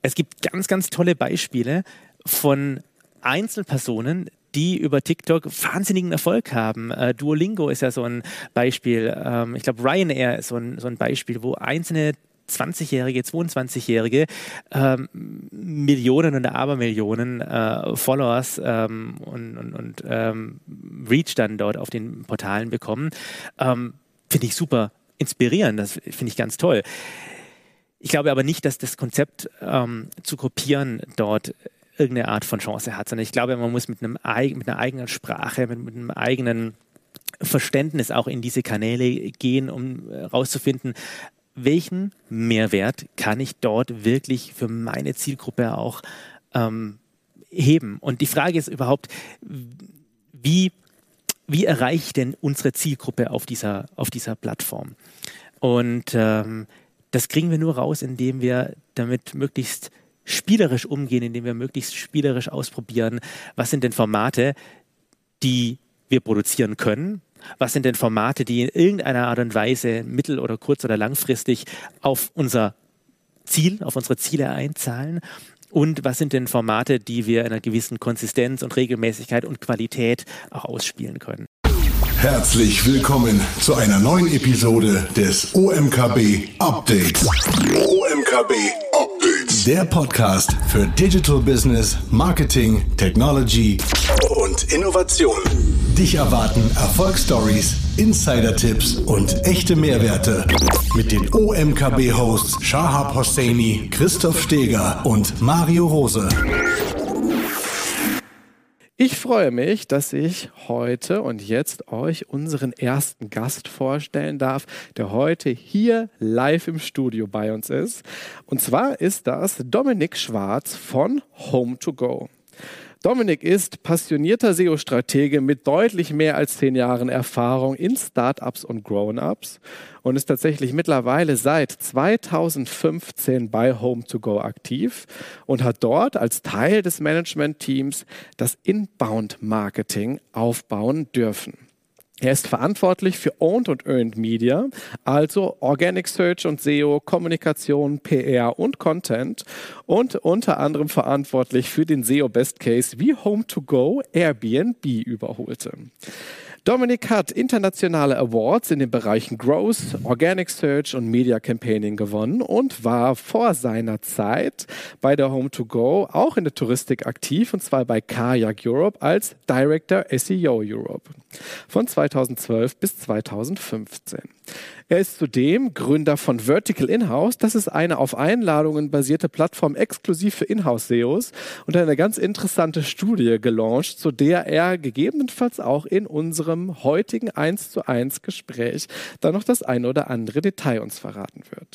Es gibt ganz, ganz tolle Beispiele von Einzelpersonen, die über TikTok wahnsinnigen Erfolg haben. Duolingo ist ja so ein Beispiel. Ich glaube, Ryanair ist so ein Beispiel, wo einzelne 20-Jährige, 22-Jährige Millionen und Abermillionen Followers und Reach dann dort auf den Portalen bekommen. Finde ich super inspirierend, das finde ich ganz toll. Ich glaube aber nicht, dass das Konzept zu kopieren dort irgendeine Art von Chance hat, sondern ich glaube, man muss mit einer eigenen Sprache, mit einem eigenen Verständnis auch in diese Kanäle gehen, um herauszufinden, welchen Mehrwert kann ich dort wirklich für meine Zielgruppe auch heben. Und die Frage ist überhaupt, wie erreiche ich denn unsere Zielgruppe auf dieser Plattform? Und das kriegen wir nur raus, indem wir damit möglichst spielerisch umgehen, indem wir möglichst spielerisch ausprobieren, was sind denn Formate, die wir produzieren können, was sind denn Formate, die in irgendeiner Art und Weise mittel- oder kurz- oder langfristig auf unser Ziel, auf unsere Ziele einzahlen und was sind denn Formate, die wir in einer gewissen Konsistenz und Regelmäßigkeit und Qualität auch ausspielen können. Herzlich willkommen zu einer neuen Episode des OMKB Updates. OMKB Updates. Der Podcast für Digital Business, Marketing, Technology und Innovation. Dich erwarten Erfolgsstories, Insider-Tipps und echte Mehrwerte mit den OMKB-Hosts Shahab Hosseini, Christoph Steger und Mario Rose. Ich freue mich, dass ich heute und jetzt euch unseren ersten Gast vorstellen darf, der heute hier live im Studio bei uns ist. Und zwar ist das Dominik Schwarz von Home2Go. Dominik ist passionierter SEO-Stratege mit deutlich mehr als 10 Jahren Erfahrung in Startups und Grown-Ups und ist tatsächlich mittlerweile seit 2015 bei Home2Go aktiv und hat dort als Teil des Management-Teams das Inbound-Marketing aufbauen dürfen. Er ist verantwortlich für Owned und Earned Media, also Organic Search und SEO, Kommunikation, PR und Content und unter anderem verantwortlich für den SEO Best Case, wie Home2Go Airbnb überholte. Dominik hat internationale Awards in den Bereichen Growth, Organic Search und Media Campaigning gewonnen und war vor seiner Zeit bei der Home2Go auch in der Touristik aktiv, und zwar bei Kayak Europe als Director SEO Europe von 2012 bis 2015. Er ist zudem Gründer von Vertical Inhouse. Das ist eine auf Einladungen basierte Plattform exklusiv für Inhouse-SEOs und eine ganz interessante Studie gelauncht, zu der er gegebenenfalls auch in unserem heutigen 1:1 Gespräch dann noch das ein oder andere Detail uns verraten wird.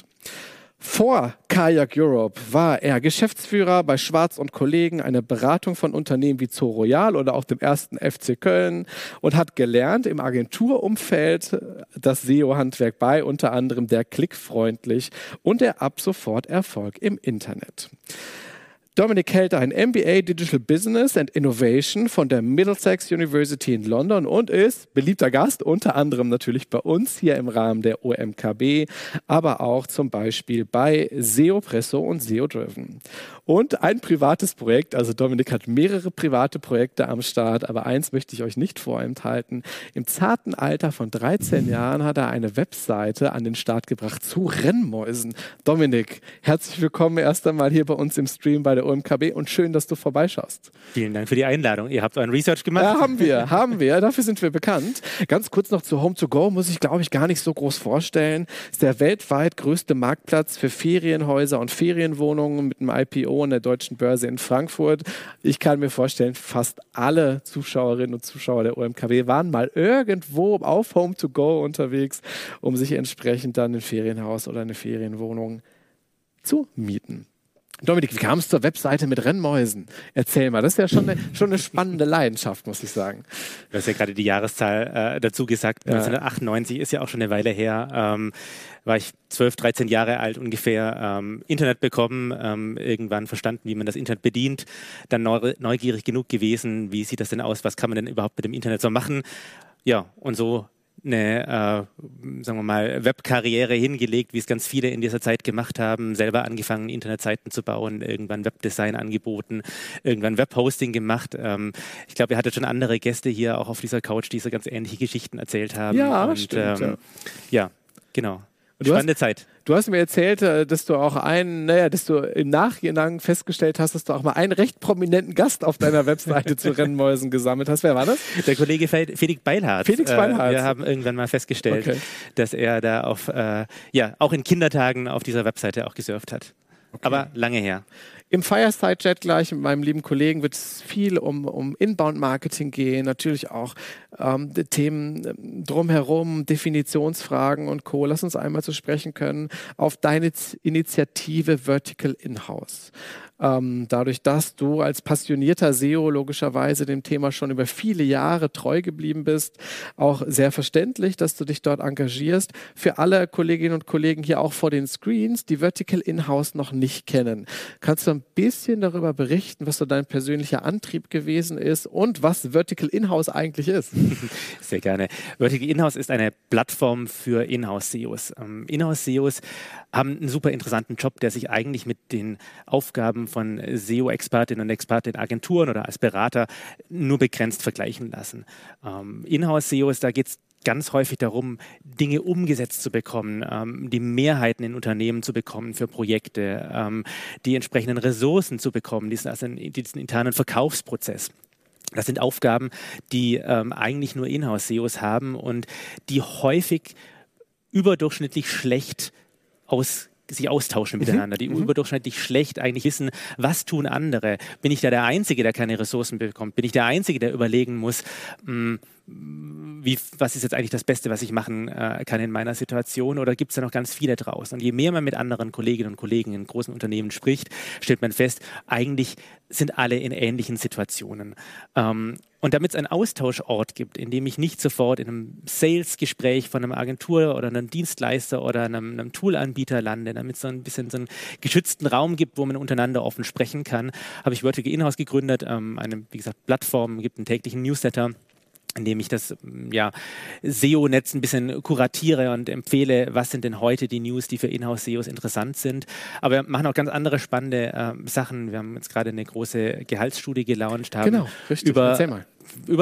Vor Kayak Europe war er Geschäftsführer bei Schwarz & Kollegen, eine Beratung von Unternehmen wie Zoo Royal oder auch dem 1. FC Köln, und hat gelernt im Agenturumfeld das SEO-Handwerk bei unter anderem der Klickfreundlich und der Ab sofort Erfolg im Internet. Dominik hält ein MBA Digital Business and Innovation von der Middlesex University in London und ist beliebter Gast, unter anderem natürlich bei uns hier im Rahmen der OMKB, aber auch zum Beispiel bei SEO Presso und SEO Driven. Und ein privates Projekt, also Dominik hat mehrere private Projekte am Start, aber eins möchte ich euch nicht vorenthalten. Im zarten Alter von 13 Jahren hat er eine Webseite an den Start gebracht zu Rennmäusen. Dominik, herzlich willkommen erst einmal hier bei uns im Stream bei der OMKB und schön, dass du vorbeischaust. Vielen Dank für die Einladung. Ihr habt euren Research gemacht. Ja, haben wir. Dafür sind wir bekannt. Ganz kurz noch zu Home2Go, muss ich, glaube ich, gar nicht so groß vorstellen. Ist der weltweit größte Marktplatz für Ferienhäuser und Ferienwohnungen mit einem IPO an der Deutschen Börse in Frankfurt. Ich kann mir vorstellen, fast alle Zuschauerinnen und Zuschauer der OMKB waren mal irgendwo auf Home2Go unterwegs, um sich entsprechend dann ein Ferienhaus oder eine Ferienwohnung zu mieten. Dominik, wie kam es zur Webseite mit Rennmäusen? Erzähl mal, das ist ja schon eine spannende Leidenschaft, muss ich sagen. Du hast ja gerade die Jahreszahl dazu gesagt. Ja. 1998 ist ja auch schon eine Weile her. War ich 12, 13 Jahre alt ungefähr, Internet bekommen, irgendwann verstanden, wie man das Internet bedient, dann neugierig genug gewesen, wie sieht das denn aus, was kann man denn überhaupt mit dem Internet so machen? Ja, und so eine, sagen wir mal, Webkarriere hingelegt, wie es ganz viele in dieser Zeit gemacht haben, selber angefangen, Internetseiten zu bauen, irgendwann Webdesign angeboten, irgendwann Webhosting gemacht. Ich glaube, ihr hattet schon andere Gäste hier auch auf dieser Couch, die so ganz ähnliche Geschichten erzählt haben. Ja, stimmt. Ja, genau. Spannende Zeit. Du hast mir erzählt, dass du auch dass du im Nachhinein festgestellt hast, dass du auch mal einen recht prominenten Gast auf deiner Webseite zu Rennmäusen gesammelt hast. Wer war das? Der Kollege Felix Beilharz. Felix Beilharz. Wir haben irgendwann mal festgestellt, dass er da auch in Kindertagen auf dieser Webseite auch gesurft hat. Okay. Aber lange her. Im Fireside-Chat gleich mit meinem lieben Kollegen wird es viel um Inbound-Marketing gehen, natürlich auch Themen drumherum, Definitionsfragen und Co. Lass uns einmal zu sprechen können auf deine Initiative Vertical In-House. Dadurch, dass du als passionierter SEO logischerweise dem Thema schon über viele Jahre treu geblieben bist, auch sehr verständlich, dass du dich dort engagierst. Für alle Kolleginnen und Kollegen hier auch vor den Screens, die Vertical In-House noch nicht kennen. Kannst du ein bisschen darüber berichten, was so dein persönlicher Antrieb gewesen ist und was Vertical In-House eigentlich ist? Sehr gerne. Vertical In-House ist eine Plattform für Inhouse-SEOs. Inhouse-SEOs haben einen super interessanten Job, der sich eigentlich mit den Aufgaben von SEO-Expertinnen und Experten in Agenturen oder als Berater nur begrenzt vergleichen lassen. Inhouse-SEOs, da geht es ganz häufig darum, Dinge umgesetzt zu bekommen, die Mehrheiten in Unternehmen zu bekommen für Projekte, die entsprechenden Ressourcen zu bekommen, diesen internen Verkaufsprozess. Das sind Aufgaben, die eigentlich nur Inhouse-SEOs haben und die häufig überdurchschnittlich schlecht sich austauschen miteinander, die überdurchschnittlich schlecht eigentlich wissen, was tun andere. Bin ich da der Einzige, der keine Ressourcen bekommt? Bin ich der Einzige, der überlegen muss, was ist jetzt eigentlich das Beste, was ich machen kann in meiner Situation, oder gibt es da noch ganz viele draußen? Und je mehr man mit anderen Kolleginnen und Kollegen in großen Unternehmen spricht, stellt man fest, eigentlich sind alle in ähnlichen Situationen. Und damit es einen Austauschort gibt, in dem ich nicht sofort in einem Sales-Gespräch von einer Agentur oder einem Dienstleister oder einem Toolanbieter lande, damit es so ein bisschen so einen geschützten Raum gibt, wo man untereinander offen sprechen kann, habe ich Vertical In-House gegründet, eine, wie gesagt, Plattform, gibt einen täglichen Newsletter, in dem ich das SEO-Netz ein bisschen kuratiere und empfehle, was sind denn heute die News, die für Inhouse-SEOs interessant sind. Aber wir machen auch ganz andere spannende Sachen. Wir haben jetzt gerade eine große Gehaltsstudie gelauncht, haben über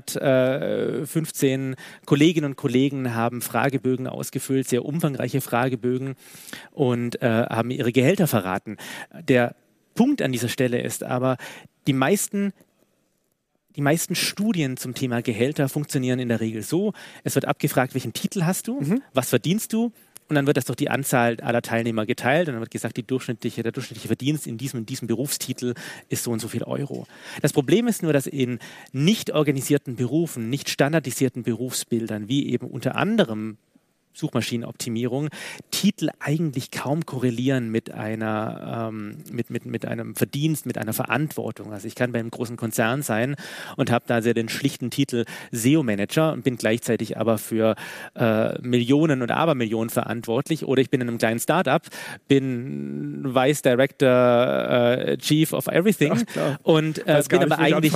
315 Kolleginnen und Kollegen haben Fragebögen ausgefüllt, sehr umfangreiche Fragebögen, und haben ihre Gehälter verraten. Der Punkt an dieser Stelle ist aber, die meisten Studien zum Thema Gehälter funktionieren in der Regel so: Es wird abgefragt, welchen Titel hast du, was verdienst du, und dann wird das durch die Anzahl aller Teilnehmer geteilt und dann wird gesagt, der durchschnittliche Verdienst in diesem Berufstitel ist so und so viel Euro. Das Problem ist nur, dass in nicht organisierten Berufen, nicht standardisierten Berufsbildern, wie eben unter anderem Suchmaschinenoptimierung, Titel eigentlich kaum korrelieren mit einem Verdienst, mit einer Verantwortung. Also ich kann bei einem großen Konzern sein und habe da sehr den schlichten Titel SEO-Manager und bin gleichzeitig aber für Millionen und Abermillionen verantwortlich. Oder ich bin in einem kleinen Startup, bin Vice Director, Chief of Everything, und bin aber eigentlich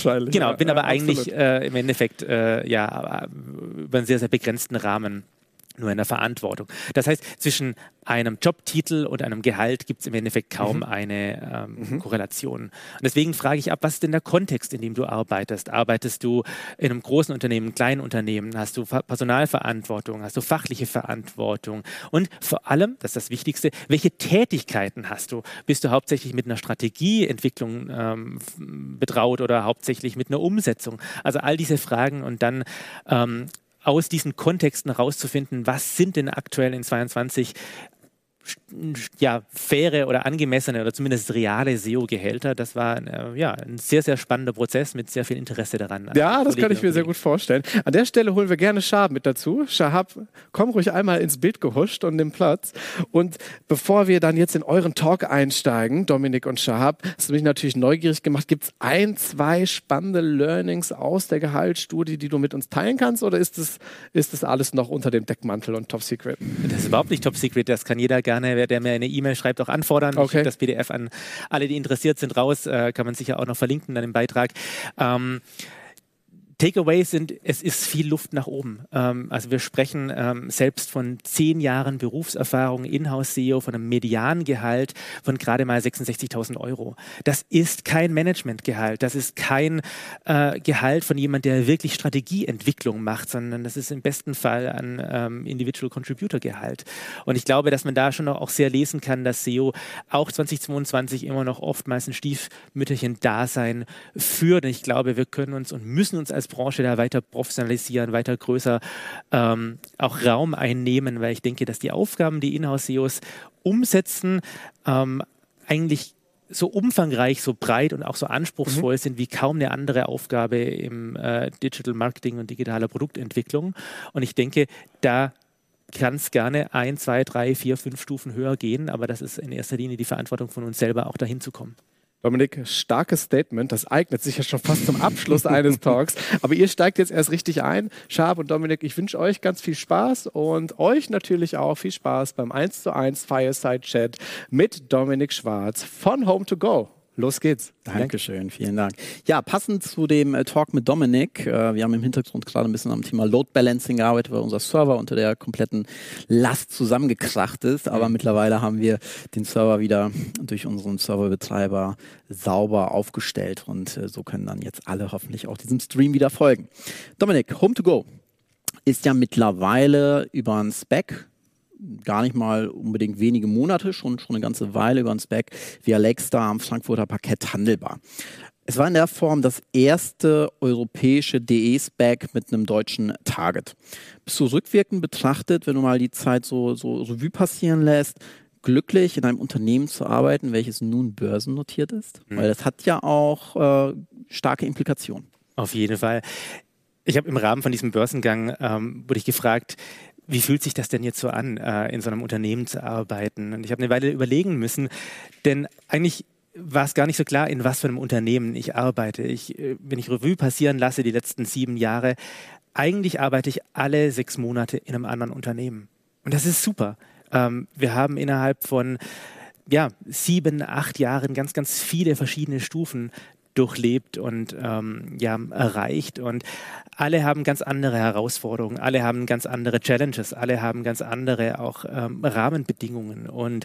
im Endeffekt über einen sehr, sehr begrenzten Rahmen nur in der Verantwortung. Das heißt, zwischen einem Jobtitel und einem Gehalt gibt es im Endeffekt kaum eine Korrelation. Und deswegen frage ich ab, was ist denn der Kontext, in dem du arbeitest? Arbeitest du in einem großen Unternehmen, einem kleinen Unternehmen? Hast du Personalverantwortung? Hast du fachliche Verantwortung? Und vor allem, das ist das Wichtigste, welche Tätigkeiten hast du? Bist du hauptsächlich mit einer Strategieentwicklung betraut oder hauptsächlich mit einer Umsetzung? Also all diese Fragen, und dann aus diesen Kontexten herauszufinden, was sind denn aktuell in 22 faire oder angemessene oder zumindest reale SEO-Gehälter. Das war ein sehr, sehr spannender Prozess mit sehr viel Interesse daran. Ja, das kann ich mir sehr gut vorstellen. An der Stelle holen wir gerne Shahab mit dazu. Shahab, komm ruhig einmal ins Bild gehuscht und nimm Platz. Und bevor wir dann jetzt in euren Talk einsteigen, Dominik und Shahab, hast du mich natürlich neugierig gemacht. Gibt es 1, 2 spannende Learnings aus der Gehaltsstudie, die du mit uns teilen kannst, oder ist das alles noch unter dem Deckmantel und Top Secret? Das ist überhaupt nicht Top Secret, das kann jeder gerne, der mir eine E-Mail schreibt, auch anfordern. Ich schicke das PDF an alle, die interessiert sind, raus. Kann man sicher auch noch verlinken dann im Beitrag. Takeaways sind, es ist viel Luft nach oben. Also wir sprechen selbst von 10 Jahren Berufserfahrung, Inhouse-SEO, von einem Mediangehalt von gerade mal 66.000 Euro. Das ist kein Managementgehalt, das ist kein Gehalt von jemand, der wirklich Strategieentwicklung macht, sondern das ist im besten Fall ein Individual Contributor Gehalt. Und ich glaube, dass man da schon auch sehr lesen kann, dass SEO auch 2022 immer noch oftmals ein Stiefmütterchen-Dasein führt. Und ich glaube, wir können uns und müssen uns als Branche da weiter professionalisieren, weiter größer auch Raum einnehmen, weil ich denke, dass die Aufgaben, die Inhouse-SEOs umsetzen, eigentlich so umfangreich, so breit und auch so anspruchsvoll sind wie kaum eine andere Aufgabe im Digital Marketing und digitaler Produktentwicklung. Und ich denke, da kann es gerne 1, 2, 3, 4, 5 Stufen höher gehen, aber das ist in erster Linie die Verantwortung von uns selber, auch dahin zu kommen. Dominik, starkes Statement. Das eignet sich ja schon fast zum Abschluss eines Talks. Aber ihr steigt jetzt erst richtig ein. Sharp und Dominik, ich wünsche euch ganz viel Spaß und euch natürlich auch viel Spaß beim 1:1 Fireside Chat mit Dominik Schwarz von Home2Go. Los geht's. Dankeschön, vielen Dank. Ja, passend zu dem Talk mit Dominik, wir haben im Hintergrund gerade ein bisschen am Thema Load Balancing gearbeitet, weil unser Server unter der kompletten Last zusammengekracht ist, aber mittlerweile haben wir den Server wieder durch unseren Serverbetreiber sauber aufgestellt und so können dann jetzt alle hoffentlich auch diesem Stream wieder folgen. Dominik, Home2Go ist ja mittlerweile über ein Spec, gar nicht mal unbedingt wenige Monate, schon eine ganze Weile über ein Spec via Lakestar am Frankfurter Parkett handelbar. Es war in der Form das erste europäische DE-Spec mit einem deutschen Target. Bist du rückwirkend betrachtet, wenn du mal die Zeit so Revue passieren lässt, glücklich in einem Unternehmen zu arbeiten, welches nun börsennotiert ist? Weil das hat ja auch starke Implikationen. Auf jeden Fall. Ich habe im Rahmen von diesem Börsengang, wurde ich gefragt, wie fühlt sich das denn jetzt so an, in so einem Unternehmen zu arbeiten? Und ich habe eine Weile überlegen müssen, denn eigentlich war es gar nicht so klar, in was für einem Unternehmen ich arbeite. Wenn ich Revue passieren lasse, die letzten 7 Jahre, eigentlich arbeite ich alle 6 Monate in einem anderen Unternehmen. Und das ist super. Wir haben innerhalb von 7, 8 Jahren ganz, ganz viele verschiedene Stufen durchlebt und erreicht, und alle haben ganz andere Herausforderungen, alle haben ganz andere Challenges, alle haben ganz andere auch Rahmenbedingungen, und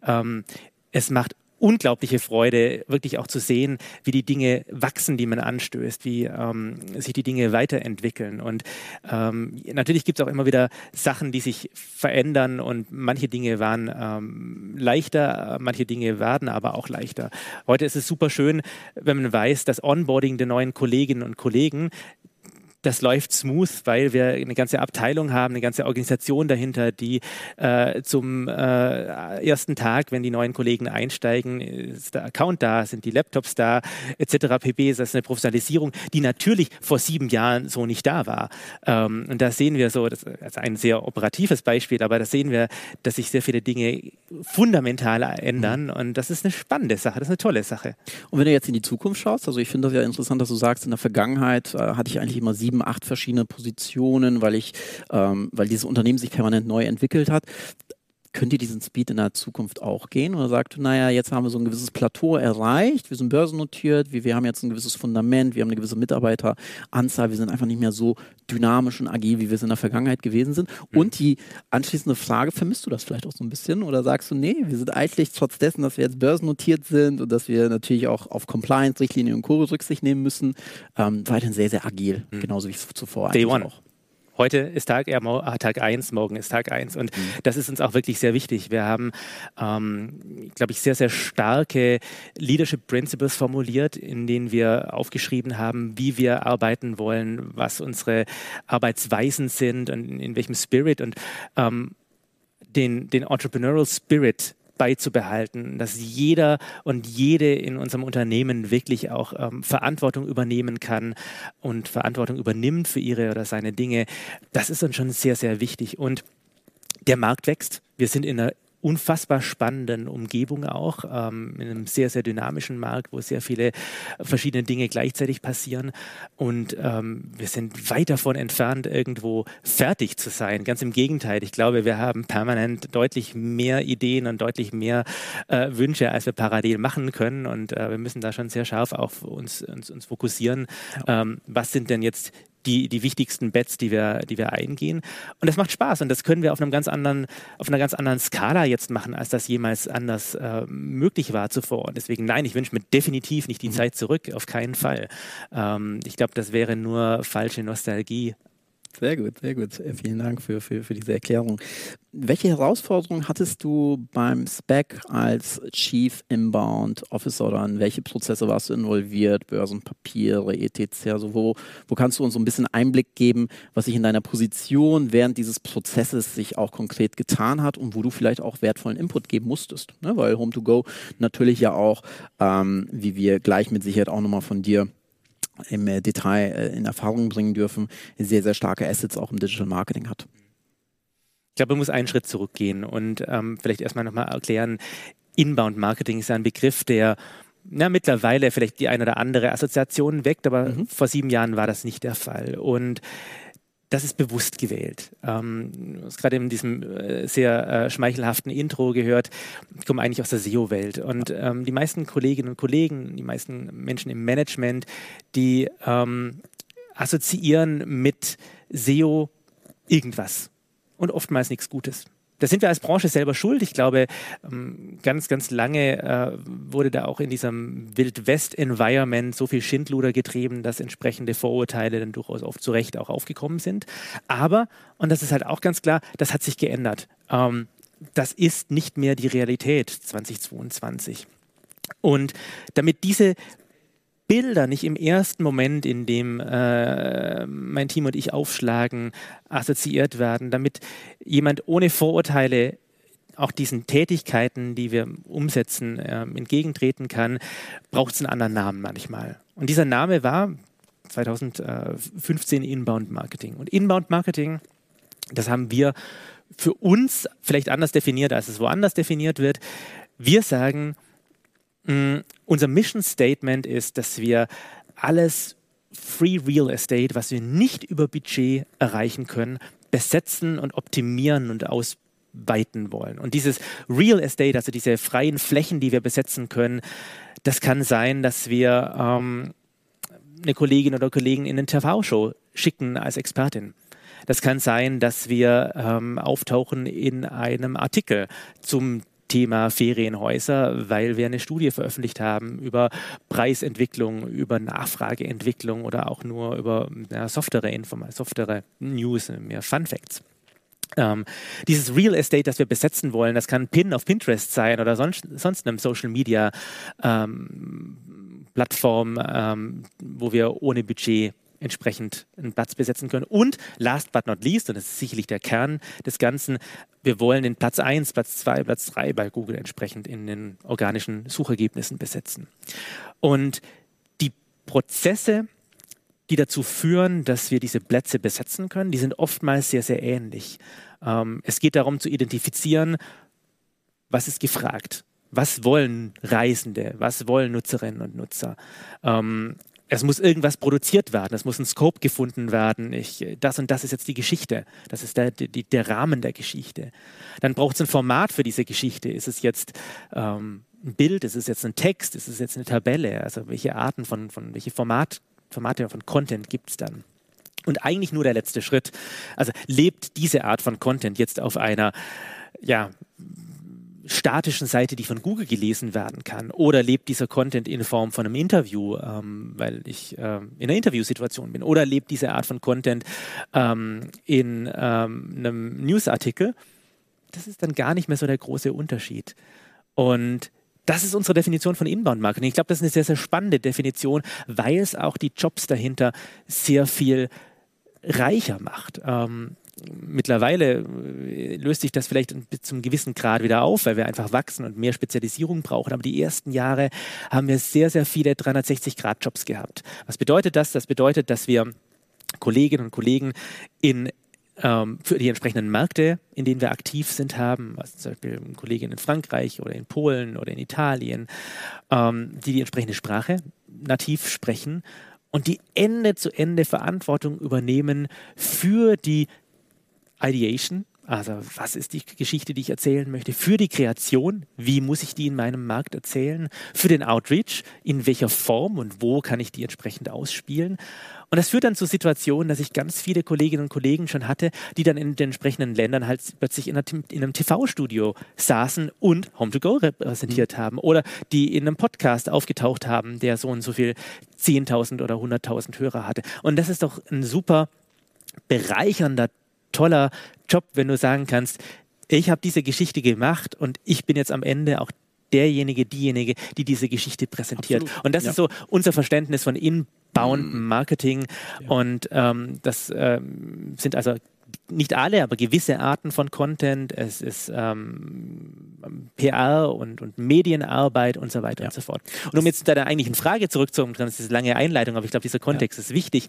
es macht unglaubliche Freude, wirklich auch zu sehen, wie die Dinge wachsen, die man anstößt, wie sich die Dinge weiterentwickeln. Und natürlich gibt es auch immer wieder Sachen, die sich verändern, und manche Dinge waren leichter, manche Dinge werden aber auch leichter. Heute ist es super schön, wenn man weiß, das Onboarding der neuen Kolleginnen und Kollegen, das läuft smooth, weil wir eine ganze Abteilung haben, eine ganze Organisation dahinter, die zum ersten Tag, wenn die neuen Kollegen einsteigen, ist der Account da, sind die Laptops da, etc. pp. Das ist eine Professionalisierung, die natürlich vor 7 Jahren so nicht da war. Und da sehen wir so, das ist ein sehr operatives Beispiel, aber da sehen wir, dass sich sehr viele Dinge fundamental ändern, und das ist eine spannende Sache, das ist eine tolle Sache. Und wenn du jetzt in die Zukunft schaust, also ich finde das ja interessant, dass du sagst, in der Vergangenheit hatte ich eigentlich immer 7, 8 verschiedene Positionen, weil dieses Unternehmen sich permanent neu entwickelt hat. Könnt ihr diesen Speed in der Zukunft auch gehen? Oder sagt ihr, naja, jetzt haben wir so ein gewisses Plateau erreicht, wir sind börsennotiert, wir haben jetzt ein gewisses Fundament, wir haben eine gewisse Mitarbeiteranzahl, wir sind einfach nicht mehr so dynamisch und agil, wie wir es in der Vergangenheit gewesen sind. Und die anschließende Frage, vermisst du das vielleicht auch so ein bisschen? Oder sagst du, nee, wir sind eigentlich trotz dessen, dass wir jetzt börsennotiert sind und dass wir natürlich auch auf Compliance, Richtlinien und Co. Rücksicht nehmen müssen, weiterhin sehr, sehr agil, genauso wie es zuvor Day one. Auch. Heute ist Tag 1, morgen ist Tag 1, und das ist uns auch wirklich sehr wichtig. Wir haben, glaube ich, sehr, sehr starke Leadership Principles formuliert, in denen wir aufgeschrieben haben, wie wir arbeiten wollen, was unsere Arbeitsweisen sind und in welchem Spirit, und den Entrepreneurial Spirit beizubehalten, dass jeder und jede in unserem Unternehmen wirklich auch Verantwortung übernehmen kann und Verantwortung übernimmt für ihre oder seine Dinge. Das ist uns schon sehr, sehr wichtig. Und der Markt wächst. Wir sind in einer unfassbar spannenden Umgebung auch, in einem sehr, sehr dynamischen Markt, wo sehr viele verschiedene Dinge gleichzeitig passieren. Und wir sind weit davon entfernt, irgendwo fertig zu sein. Ganz im Gegenteil. Ich glaube, wir haben permanent deutlich mehr Ideen und deutlich mehr Wünsche, als wir parallel machen können. Und wir müssen da schon sehr scharf auf uns fokussieren. Ja. Was sind denn jetzt die wichtigsten Bets, die wir eingehen. Und das macht Spaß und das können wir auf einer ganz anderen Skala jetzt machen, als das jemals anders möglich war zuvor. Und deswegen, nein, ich wünsche mir definitiv nicht die Zeit zurück, auf keinen Fall. Ich glaube, das wäre nur falsche Nostalgie. Sehr gut, sehr gut. Vielen Dank für diese Erklärung. Welche Herausforderungen hattest du beim SPAC als Chief Inbound Officer oder in welche Prozesse warst du involviert, Börsenpapiere, etc.? Also wo kannst du uns so ein bisschen Einblick geben, was sich in deiner Position während dieses Prozesses sich auch konkret getan hat und wo du vielleicht auch wertvollen Input geben musstest? Ne? Weil Home2Go natürlich ja auch, wie wir gleich mit Sicherheit auch nochmal von dir im Detail in Erfahrung bringen dürfen, sehr, sehr starke Assets auch im Digital Marketing hat. Ich glaube, man muss einen Schritt zurückgehen und vielleicht erstmal nochmal erklären, Inbound Marketing ist ein Begriff, der mittlerweile vielleicht die eine oder andere Assoziation weckt, aber vor 7 Jahren war das nicht der Fall. Und das ist bewusst gewählt. Du hast gerade in diesem sehr schmeichelhaften Intro gehört, ich komme eigentlich aus der SEO-Welt. Und die meisten Kolleginnen und Kollegen, die meisten Menschen im Management, die assoziieren mit SEO irgendwas. Und oftmals nichts Gutes. Da sind wir als Branche selber schuld. Ich glaube, ganz, ganz lange wurde da auch in diesem Wild-West-Environment so viel Schindluder getrieben, dass entsprechende Vorurteile dann durchaus oft zu Recht auch aufgekommen sind. Aber, und das ist halt auch ganz klar, das hat sich geändert. Das ist nicht mehr die Realität 2022. Und damit diese Bilder nicht im ersten Moment, in dem mein Team und ich aufschlagen, assoziiert werden, damit jemand ohne Vorurteile auch diesen Tätigkeiten, die wir umsetzen, entgegentreten kann, braucht es einen anderen Namen manchmal. Und dieser Name war 2015 Inbound Marketing. Und Inbound Marketing, das haben wir für uns vielleicht anders definiert, als es woanders definiert wird. Wir sagen, unser Mission Statement ist, dass wir alles Free Real Estate, was wir nicht über Budget erreichen können, besetzen und optimieren und ausweiten wollen. Und dieses Real Estate, also diese freien Flächen, die wir besetzen können, das kann sein, dass wir eine Kollegin oder Kollegen in eine TV-Show schicken als Expertin. Das kann sein, dass wir auftauchen in einem Artikel zum Thema Ferienhäuser, weil wir eine Studie veröffentlicht haben über Preisentwicklung, über Nachfrageentwicklung oder auch nur über softere News, mehr Fun Facts. Dieses Real Estate, das wir besetzen wollen, das kann ein Pin auf Pinterest sein oder sonst einem Social Media Plattform, wo wir ohne Budget entsprechend einen Platz besetzen können. Und last but not least, und das ist sicherlich der Kern des Ganzen, wir wollen den Platz 1, Platz 2, Platz 3 bei Google entsprechend in den organischen Suchergebnissen besetzen. Und die Prozesse, die dazu führen, dass wir diese Plätze besetzen können, die sind oftmals sehr, sehr ähnlich. Es geht darum zu identifizieren, was ist gefragt, was wollen Reisende, was wollen Nutzerinnen und Nutzer. Es muss irgendwas produziert werden, es muss ein Scope gefunden werden. Das und das ist jetzt die Geschichte. Das ist der Rahmen der Geschichte. Dann braucht es ein Format für diese Geschichte. Ist es jetzt ein Bild, ist es jetzt ein Text, ist es jetzt eine Tabelle? Also welche Arten welche Formate von Content gibt es dann? Und eigentlich nur der letzte Schritt. Also lebt diese Art von Content jetzt auf einer, statischen Seite, die von Google gelesen werden kann, oder lebt dieser Content in Form von einem Interview, weil ich in einer Interviewsituation bin, oder lebt diese Art von Content in einem Newsartikel? Das ist dann gar nicht mehr so der große Unterschied. Und das ist unsere Definition von Inbound-Marketing. Ich glaube, das ist eine sehr, sehr spannende Definition, weil es auch die Jobs dahinter sehr viel reicher macht. Mittlerweile löst sich das vielleicht bis zum gewissen Grad wieder auf, weil wir einfach wachsen und mehr Spezialisierung brauchen. Aber die ersten Jahre haben wir sehr, sehr viele 360-Grad-Jobs gehabt. Was bedeutet das? Das bedeutet, dass wir Kolleginnen und Kollegen in für die entsprechenden Märkte, in denen wir aktiv sind, haben, also zum Beispiel Kolleginnen in Frankreich oder in Polen oder in Italien, die entsprechende Sprache nativ sprechen und die Ende-zu-Ende Verantwortung übernehmen für die Ideation, also was ist die Geschichte, die ich erzählen möchte, für die Kreation, wie muss ich die in meinem Markt erzählen, für den Outreach, in welcher Form und wo kann ich die entsprechend ausspielen. Und das führt dann zu Situationen, dass ich ganz viele Kolleginnen und Kollegen schon hatte, die dann in den entsprechenden Ländern halt plötzlich in einem TV-Studio saßen und Home2Go repräsentiert haben oder die in einem Podcast aufgetaucht haben, der so und so viel 10.000 oder 100.000 Hörer hatte. Und das ist doch ein super bereichernder, toller Job, wenn du sagen kannst, ich habe diese Geschichte gemacht und ich bin jetzt am Ende auch diejenige, die diese Geschichte präsentiert. Absolut. Und das ist so unser Verständnis von Inbound Marketing. Ja. Und das sind also nicht alle, aber gewisse Arten von Content. Es ist PR und Medienarbeit und so weiter und so fort. Und um jetzt zu deiner eigentlichen Frage zurückzukommen, das ist eine lange Einleitung, aber ich glaube, dieser Kontext ist wichtig.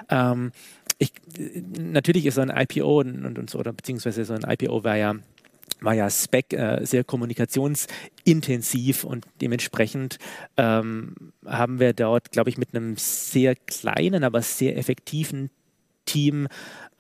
Natürlich ist so ein IPO und so, oder beziehungsweise so ein IPO war ja Spec sehr kommunikationsintensiv und dementsprechend haben wir dort, glaube ich, mit einem sehr kleinen, aber sehr effektiven Team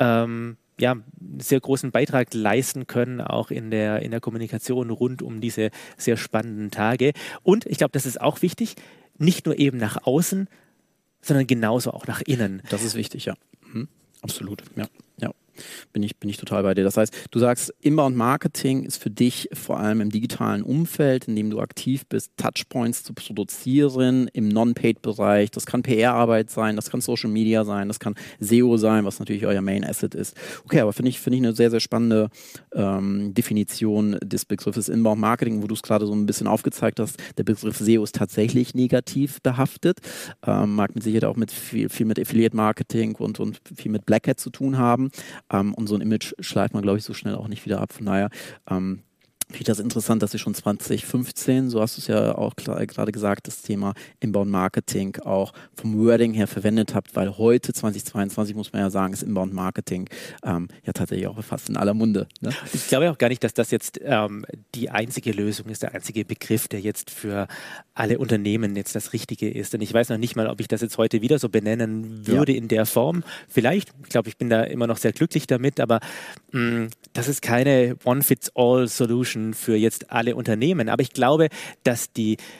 sehr großen Beitrag leisten können, auch in der Kommunikation rund um diese sehr spannenden Tage. Und ich glaube, das ist auch wichtig, nicht nur eben nach außen, sondern genauso auch nach innen. Das ist wichtig, ja. Absolut, ja. Bin ich total bei dir. Das heißt, du sagst, Inbound-Marketing ist für dich vor allem im digitalen Umfeld, in dem du aktiv bist, Touchpoints zu produzieren im Non-Paid-Bereich. Das kann PR-Arbeit sein, das kann Social Media sein, das kann SEO sein, was natürlich euer Main-Asset ist. Okay, aber finde ich eine sehr, sehr spannende Definition des Begriffes Inbound-Marketing, wo du es gerade so ein bisschen aufgezeigt hast. Der Begriff SEO ist tatsächlich negativ behaftet, mag mit Sicherheit auch mit viel mit Affiliate-Marketing und viel mit Black Hat zu tun haben. Und so ein Image schleift man, glaube ich, so schnell auch nicht wieder ab. Von daher finde ich das interessant, dass ihr schon 2015, so hast du es ja auch gerade gesagt, das Thema Inbound Marketing auch vom Wording her verwendet habt, weil heute, 2022, muss man ja sagen, ist Inbound Marketing ja tatsächlich auch fast in aller Munde. Ne? Ich glaube auch gar nicht, dass das jetzt die einzige Lösung ist, der einzige Begriff, der jetzt für alle Unternehmen jetzt das Richtige ist. Und ich weiß noch nicht mal, ob ich das jetzt heute wieder so benennen würde in der Form. Vielleicht, ich glaube, ich bin da immer noch sehr glücklich damit, aber das ist keine One-Fits-All-Solution für jetzt alle Unternehmen. Aber ich glaube, dass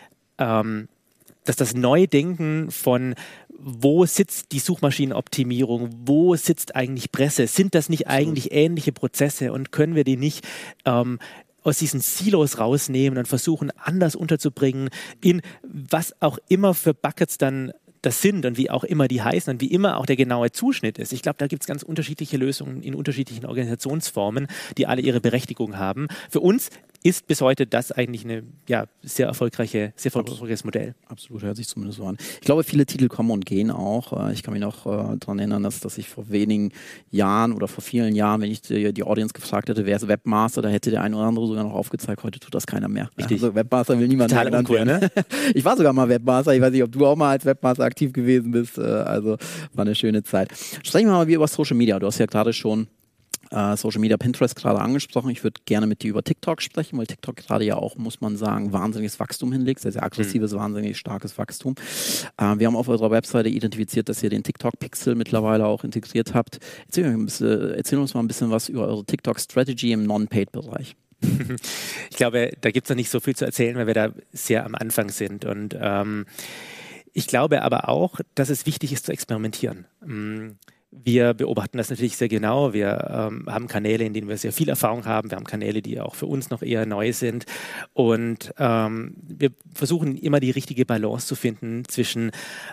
das Neudenken von wo sitzt die Suchmaschinenoptimierung, wo sitzt eigentlich Presse, sind das nicht eigentlich ähnliche Prozesse und können wir die nicht aus diesen Silos rausnehmen und versuchen, anders unterzubringen in was auch immer für Buckets dann das sind und wie auch immer die heißen und wie immer auch der genaue Zuschnitt ist. Ich glaube, da gibt es ganz unterschiedliche Lösungen in unterschiedlichen Organisationsformen, die alle ihre Berechtigung haben. Für uns ist bis heute das eigentlich ein sehr erfolgreiches Modell. Absolut, hört sich zumindest so an. Ich glaube, viele Titel kommen und gehen auch. Ich kann mich noch daran erinnern, dass ich vor wenigen Jahren oder vor vielen Jahren, wenn ich die Audience gefragt hätte, wer ist Webmaster, da hätte der eine oder andere sogar noch aufgezeigt, heute tut das keiner mehr. Richtig. Also Webmaster will niemand total mehr uncool, ne? Ich war sogar mal Webmaster, ich weiß nicht, ob du auch mal als Webmaster aktiv gewesen bist, also war eine schöne Zeit. Sprechen wir mal über Social Media. Du hast ja gerade schon Social Media, Pinterest gerade angesprochen. Ich würde gerne mit dir über TikTok sprechen, weil TikTok gerade ja auch, muss man sagen, wahnsinniges Wachstum hinlegt, sehr, sehr aggressives, wahnsinnig starkes Wachstum. Wir haben auf eurer Webseite identifiziert, dass ihr den TikTok-Pixel mittlerweile auch integriert habt. Erzähl uns mal ein bisschen was über eure TikTok-Strategy im Non-Paid-Bereich. Ich glaube, da gibt es noch nicht so viel zu erzählen, weil wir da sehr am Anfang sind. Und ich glaube aber auch, dass es wichtig ist zu experimentieren. Wir beobachten das natürlich sehr genau. Wir haben Kanäle, in denen wir sehr viel Erfahrung haben. Wir haben Kanäle, die auch für uns noch eher neu sind. Und wir versuchen immer die richtige Balance zu finden zwischen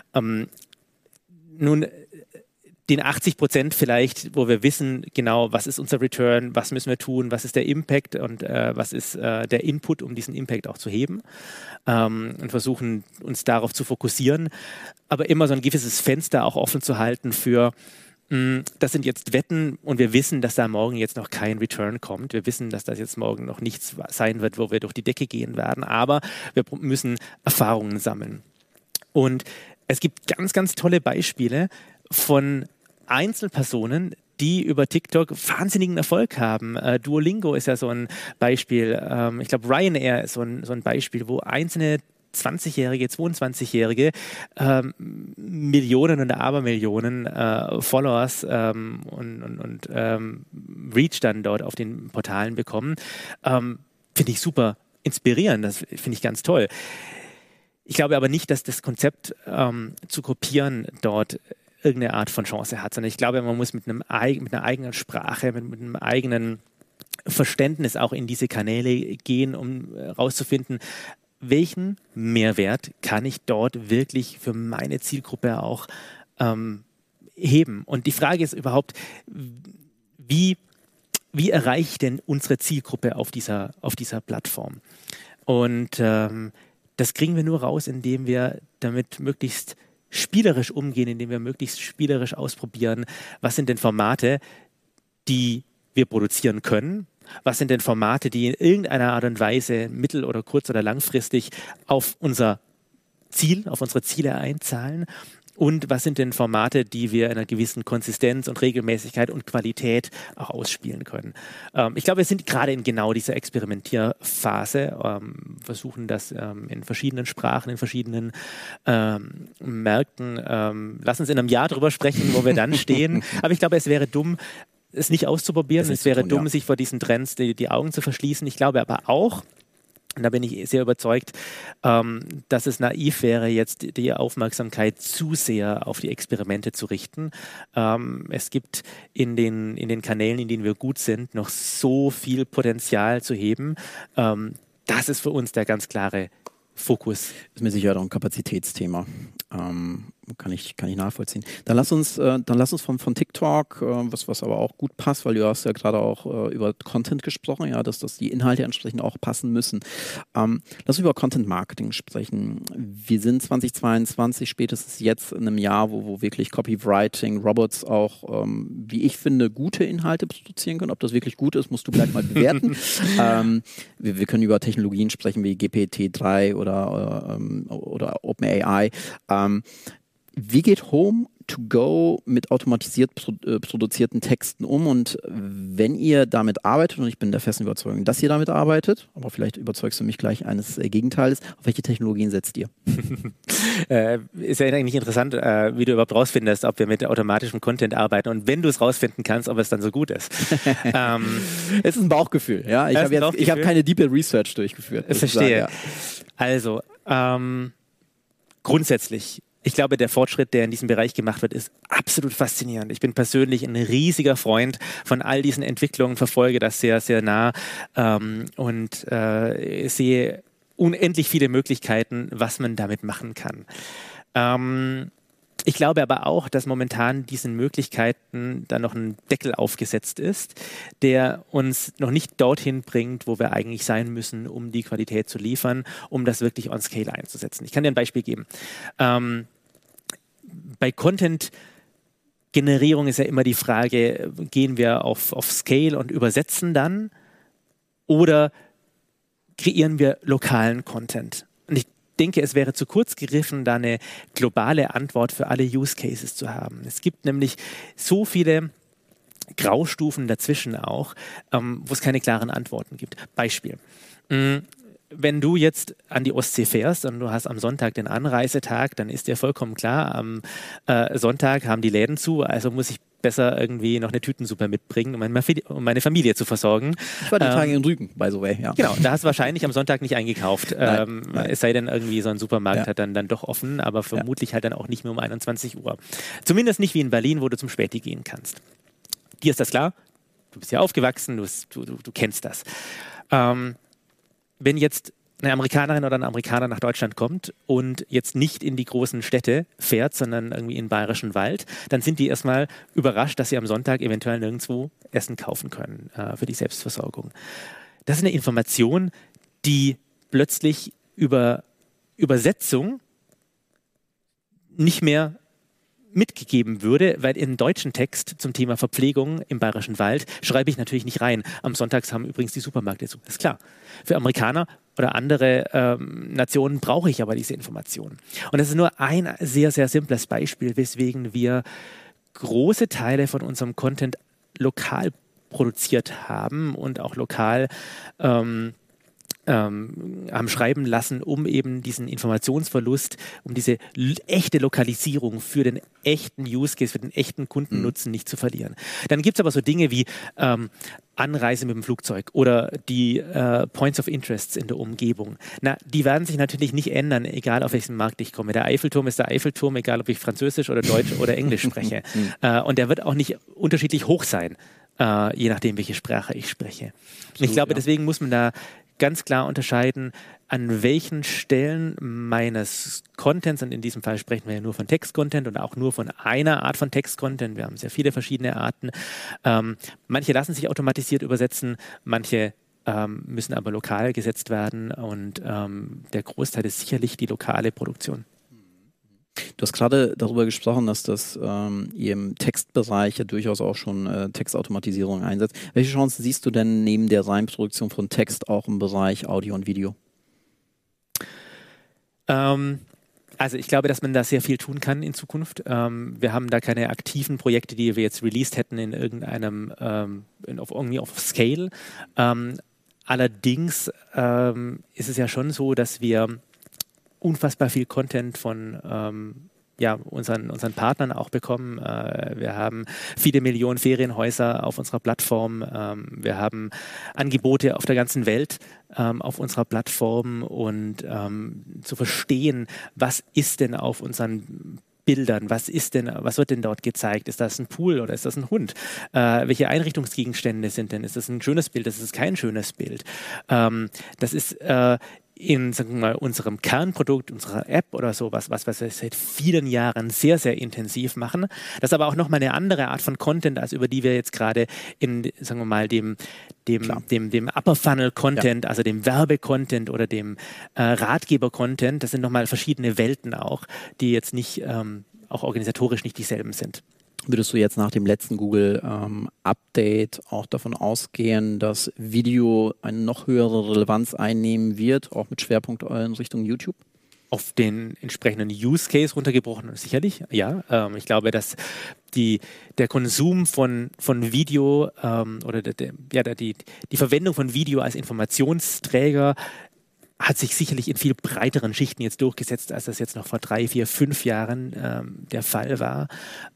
den 80% vielleicht, wo wir wissen genau, was ist unser Return, was müssen wir tun, was ist der Impact und was ist der Input, um diesen Impact auch zu heben und versuchen uns darauf zu fokussieren, aber immer so ein gewisses Fenster auch offen zu halten für das sind jetzt Wetten und wir wissen, dass da morgen jetzt noch kein Return kommt. Wir wissen, dass das jetzt morgen noch nichts sein wird, wo wir durch die Decke gehen werden, aber wir müssen Erfahrungen sammeln. Und es gibt ganz, ganz tolle Beispiele von Einzelpersonen, die über TikTok wahnsinnigen Erfolg haben. Duolingo ist ja so ein Beispiel. Ich glaube, Ryanair ist so ein Beispiel, wo einzelne 20-Jährige, 22-Jährige Millionen und Abermillionen Followers und Reach dann dort auf den Portalen bekommen. Finde ich super inspirierend, das finde ich ganz toll. Ich glaube aber nicht, dass das Konzept zu kopieren dort irgendeine Art von Chance hat, sondern ich glaube, man muss mit einer eigenen Sprache, mit einem eigenen Verständnis auch in diese Kanäle gehen, um herauszufinden, welchen Mehrwert kann ich dort wirklich für meine Zielgruppe auch heben. Und die Frage ist überhaupt, wie erreiche ich denn unsere Zielgruppe auf dieser Plattform? Und das kriegen wir nur raus, indem wir damit möglichst spielerisch umgehen, indem wir möglichst spielerisch ausprobieren, was sind denn Formate, die wir produzieren können, was sind denn Formate, die in irgendeiner Art und Weise mittel- oder kurz- oder langfristig auf unser Ziel, auf unsere Ziele einzahlen und was sind denn Formate, die wir in einer gewissen Konsistenz und Regelmäßigkeit und Qualität auch ausspielen können. Ich glaube, wir sind gerade in genau dieser Experimentierphase, versuchen das in verschiedenen Sprachen, in verschiedenen Märkten. Lass uns in einem Jahr drüber sprechen, wo wir dann stehen. Aber ich glaube, es wäre dumm, es nicht auszuprobieren. Es wäre dumm, sich vor diesen Trends die Augen zu verschließen. Ich glaube aber auch, und da bin ich sehr überzeugt, dass es naiv wäre, jetzt die Aufmerksamkeit zu sehr auf die Experimente zu richten. Es gibt in den Kanälen, in denen wir gut sind, noch so viel Potenzial zu heben. Das ist für uns der ganz klare Fokus. Ist mir sicher auch ein Kapazitätsthema. Kann ich nachvollziehen. Dann lass uns von TikTok, was aber auch gut passt, weil du hast ja gerade auch über Content gesprochen, ja, dass die Inhalte entsprechend auch passen müssen. Lass uns über Content Marketing sprechen. Wir sind 2022, spätestens jetzt in einem Jahr, wo wirklich Copywriting, Robots auch, wie ich finde, gute Inhalte produzieren können. Ob das wirklich gut ist, musst du gleich mal bewerten. Wir können über Technologien sprechen wie GPT-3 oder OpenAI. Wie geht Home-to-Go mit automatisiert produzierten Texten um? Und wenn ihr damit arbeitet, und ich bin der festen Überzeugung, dass ihr damit arbeitet, aber vielleicht überzeugst du mich gleich eines Gegenteils, auf welche Technologien setzt ihr? Ist ja eigentlich interessant, wie du überhaupt rausfindest, ob wir mit automatischem Content arbeiten und wenn du es rausfinden kannst, ob es dann so gut ist. Es ist ein Bauchgefühl. Ja? Ich habe keine Deep Research durchgeführt. Verstehe. Ja. Also, grundsätzlich, ich glaube, der Fortschritt, der in diesem Bereich gemacht wird, ist absolut faszinierend. Ich bin persönlich ein riesiger Freund von all diesen Entwicklungen, verfolge das sehr, sehr nah und sehe unendlich viele Möglichkeiten, was man damit machen kann. Ich glaube aber auch, dass momentan diesen Möglichkeiten da noch ein Deckel aufgesetzt ist, der uns noch nicht dorthin bringt, wo wir eigentlich sein müssen, um die Qualität zu liefern, um das wirklich on Scale einzusetzen. Ich kann dir ein Beispiel geben. Bei Content-Generierung ist ja immer die Frage, gehen wir auf Scale und übersetzen dann oder kreieren wir lokalen Content? Und ich denke, es wäre zu kurz gegriffen, da eine globale Antwort für alle Use Cases zu haben. Es gibt nämlich so viele Graustufen dazwischen auch, wo es keine klaren Antworten gibt. Beispiel. Wenn du jetzt an die Ostsee fährst und du hast am Sonntag den Anreisetag, dann ist dir vollkommen klar, am Sonntag haben die Läden zu, also muss ich besser irgendwie noch eine Tütensuppe mitbringen, um meine Familie zu versorgen. Ich war die Tage in Rügen, by the way. Ja. Genau, da hast du wahrscheinlich am Sonntag nicht eingekauft. Es sei denn, irgendwie so ein Supermarkt hat dann doch offen, aber vermutlich halt dann auch nicht mehr um 21 Uhr. Zumindest nicht wie in Berlin, wo du zum Späti gehen kannst. Dir ist das klar? Du bist ja aufgewachsen, du kennst das. Wenn jetzt eine Amerikanerin oder ein Amerikaner nach Deutschland kommt und jetzt nicht in die großen Städte fährt, sondern irgendwie in den Bayerischen Wald, dann sind die erstmal überrascht, dass sie am Sonntag eventuell nirgendwo Essen kaufen können für die Selbstversorgung. Das ist eine Information, die plötzlich über Übersetzung nicht mehr mitgegeben würde, weil in deutschen Text zum Thema Verpflegung im Bayerischen Wald schreibe ich natürlich nicht rein. Am Sonntags haben übrigens die Supermärkte zu. Das ist klar. Für Amerikaner oder andere Nationen brauche ich aber diese Informationen. Und das ist nur ein sehr, sehr simples Beispiel, weswegen wir große Teile von unserem Content lokal produziert haben und auch lokal haben schreiben lassen, um eben diesen Informationsverlust, um diese echte Lokalisierung für den echten Use Case, für den echten Kundennutzen nicht zu verlieren. Dann gibt es aber so Dinge wie Anreise mit dem Flugzeug oder die Points of Interests in der Umgebung. Na, die werden sich natürlich nicht ändern, egal auf welchen Markt ich komme. Der Eiffelturm ist der Eiffelturm, egal ob ich Französisch oder Deutsch oder Englisch spreche. Und der wird auch nicht unterschiedlich hoch sein, je nachdem, welche Sprache ich spreche. Und ich glaube, deswegen muss man da ganz klar unterscheiden, an welchen Stellen meines Contents, und in diesem Fall sprechen wir ja nur von Text-Content und auch nur von einer Art von Text-Content, wir haben sehr viele verschiedene Arten, manche lassen sich automatisiert übersetzen, manche müssen aber lokal gesetzt werden und der Großteil ist sicherlich die lokale Produktion. Du hast gerade darüber gesprochen, dass das ihr im Textbereich ja durchaus auch schon Textautomatisierung einsetzt. Welche Chancen siehst du denn neben der reinen Produktion von Text auch im Bereich Audio und Video? Also ich glaube, dass man da sehr viel tun kann in Zukunft. Wir haben da keine aktiven Projekte, die wir jetzt released hätten in irgendeinem, irgendwie auf Scale. Allerdings ist es ja schon so, dass wir unfassbar viel Content von unseren Partnern auch bekommen. Wir haben viele Millionen Ferienhäuser auf unserer Plattform. Wir haben Angebote auf der ganzen Welt auf unserer Plattform und zu verstehen, was ist denn auf unseren Bildern, was wird denn dort gezeigt? Ist das ein Pool oder ist das ein Hund? Welche Einrichtungsgegenstände sind denn? Ist das ein schönes Bild? Ist das kein schönes Bild? Das ist in, sagen wir mal, unserem Kernprodukt, unserer App oder sowas, was wir seit vielen Jahren sehr, sehr intensiv machen. Das ist aber auch nochmal eine andere Art von Content, als über die wir jetzt gerade in, sagen wir mal, dem Upper Funnel Content, also dem Werbe-Content oder dem Ratgeber-Content, das sind nochmal verschiedene Welten auch, die jetzt nicht, auch organisatorisch nicht dieselben sind. Würdest du jetzt nach dem letzten Google-Update auch davon ausgehen, dass Video eine noch höhere Relevanz einnehmen wird, auch mit Schwerpunkt in Richtung YouTube? Auf den entsprechenden Use Case runtergebrochen, sicherlich, ja. Ich glaube, dass der Konsum von Video oder die Verwendung von Video als Informationsträger hat sich sicherlich in viel breiteren Schichten jetzt durchgesetzt, als das jetzt noch vor 3, 4, 5 Jahren der Fall war.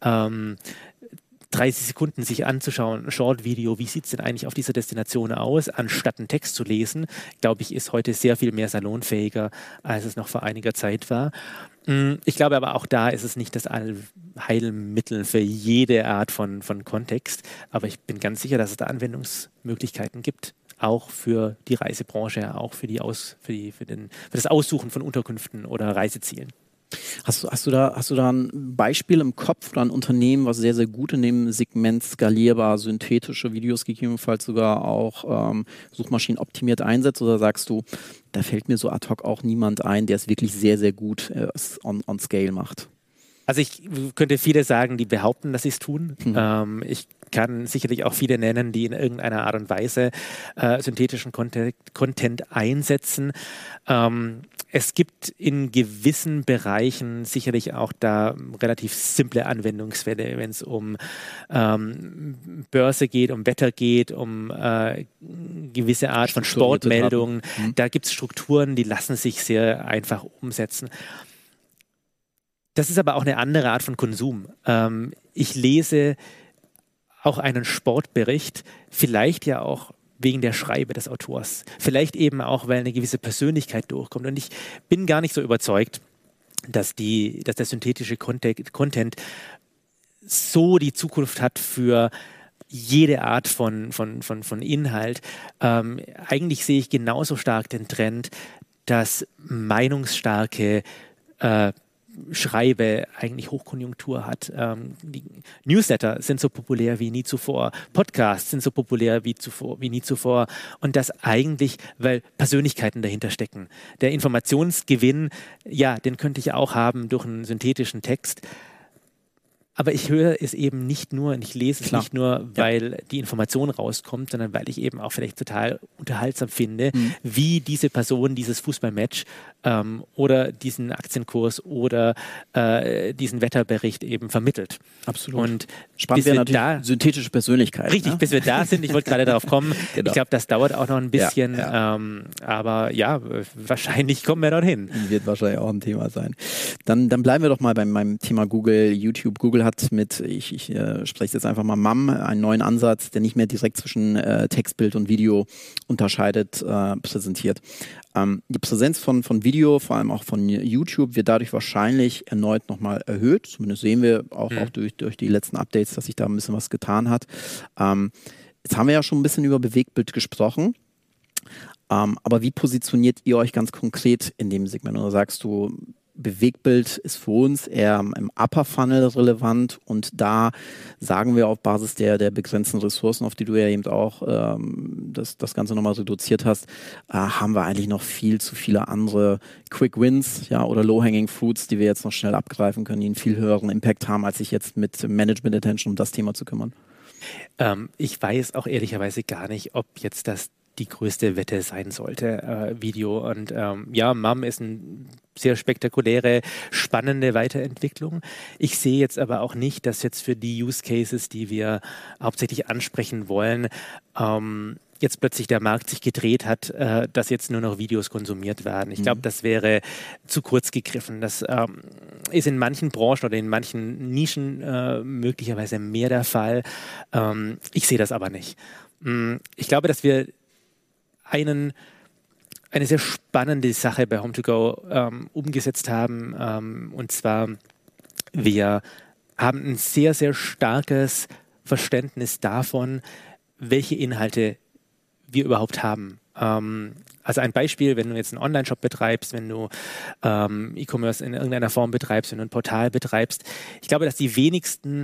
30 Sekunden sich anzuschauen, Short-Video, wie sieht es denn eigentlich auf dieser Destination aus, anstatt einen Text zu lesen, glaube ich, ist heute sehr viel mehr salonfähiger, als es noch vor einiger Zeit war. Ich glaube aber auch da ist es nicht das Allheilmittel für jede Art von Kontext, aber ich bin ganz sicher, dass es da Anwendungsmöglichkeiten gibt. Auch für die Reisebranche, auch für das Aussuchen von Unterkünften oder Reisezielen. Hast du da ein Beispiel im Kopf oder ein Unternehmen, was sehr, sehr gut in dem Segment skalierbar synthetische Videos gegebenenfalls sogar auch suchmaschinenoptimiert einsetzt? Oder sagst du, da fällt mir so ad hoc auch niemand ein, der es wirklich sehr, sehr gut on Scale macht? Also ich könnte viele sagen, die behaupten, dass sie es tun. Ich kann sicherlich auch viele nennen, die in irgendeiner Art und Weise synthetischen Content einsetzen. Es gibt in gewissen Bereichen sicherlich auch da relativ simple Anwendungsfälle, wenn es um Börse geht, um Wetter geht, um gewisse Art von Sportmeldungen. Da gibt es Strukturen, die lassen sich sehr einfach umsetzen. Das ist aber auch eine andere Art von Konsum. Ich lese auch einen Sportbericht, vielleicht ja auch wegen der Schreibe des Autors. Vielleicht eben auch, weil eine gewisse Persönlichkeit durchkommt. Und ich bin gar nicht so überzeugt, dass der synthetische Content so die Zukunft hat für jede Art von Inhalt. Eigentlich sehe ich genauso stark den Trend, dass meinungsstarke Schreibe eigentlich Hochkonjunktur hat. Die Newsletter sind so populär wie nie zuvor. Podcasts sind so populär wie nie zuvor. Und das eigentlich, weil Persönlichkeiten dahinter stecken. Der Informationsgewinn, ja, den könnte ich auch haben durch einen synthetischen Text. Aber ich höre es eben nicht nur und ich lese es nicht nur, weil die Information rauskommt, sondern weil ich eben auch vielleicht total unterhaltsam finde, wie diese Person dieses Fußballmatch oder diesen Aktienkurs oder diesen Wetterbericht eben vermittelt. Absolut. Und spannend wäre natürlich synthetische Persönlichkeit. Richtig, bis wir da sind. Ich wollte gerade darauf kommen. Genau. Ich glaube, das dauert auch noch ein bisschen. Aber ja, wahrscheinlich kommen wir dorthin. Wird wahrscheinlich auch ein Thema sein. Dann bleiben wir doch mal bei meinem Thema Google, YouTube. Google hat mit, ich spreche jetzt einfach mal MUM, einen neuen Ansatz, der nicht mehr direkt zwischen Text, Bild und Video unterscheidet, präsentiert. Die Präsenz von Video, vor allem auch von YouTube, wird dadurch wahrscheinlich erneut nochmal erhöht. Zumindest sehen wir auch durch die letzten Updates, dass sich da ein bisschen was getan hat. Jetzt haben wir ja schon ein bisschen über Bewegtbild gesprochen. Aber wie positioniert ihr euch ganz konkret in dem Segment? Oder sagst du, Bewegtbild ist für uns eher im Upper Funnel relevant und da sagen wir auf Basis der begrenzten Ressourcen, auf die du ja eben auch das Ganze nochmal reduziert hast, haben wir eigentlich noch viel zu viele andere Quick Wins, ja, oder Low-Hanging Fruits, die wir jetzt noch schnell abgreifen können, die einen viel höheren Impact haben, als sich jetzt mit Management Attention um das Thema zu kümmern. Ich weiß auch ehrlicherweise gar nicht, ob jetzt das die größte Wette sein sollte, Video. Und MUM ist eine sehr spektakuläre, spannende Weiterentwicklung. Ich sehe jetzt aber auch nicht, dass jetzt für die Use Cases, die wir hauptsächlich ansprechen wollen, jetzt plötzlich der Markt sich gedreht hat, dass jetzt nur noch Videos konsumiert werden. Ich glaube, das wäre zu kurz gegriffen. Das ist in manchen Branchen oder in manchen Nischen möglicherweise mehr der Fall. Ich sehe das aber nicht. Ich glaube, dass wir eine sehr spannende Sache bei Home2Go umgesetzt haben. Und zwar, wir haben ein sehr, sehr starkes Verständnis davon, welche Inhalte wir überhaupt haben. Also ein Beispiel, wenn du jetzt einen Online-Shop betreibst, wenn du E-Commerce in irgendeiner Form betreibst, wenn du ein Portal betreibst. Ich glaube, dass die wenigsten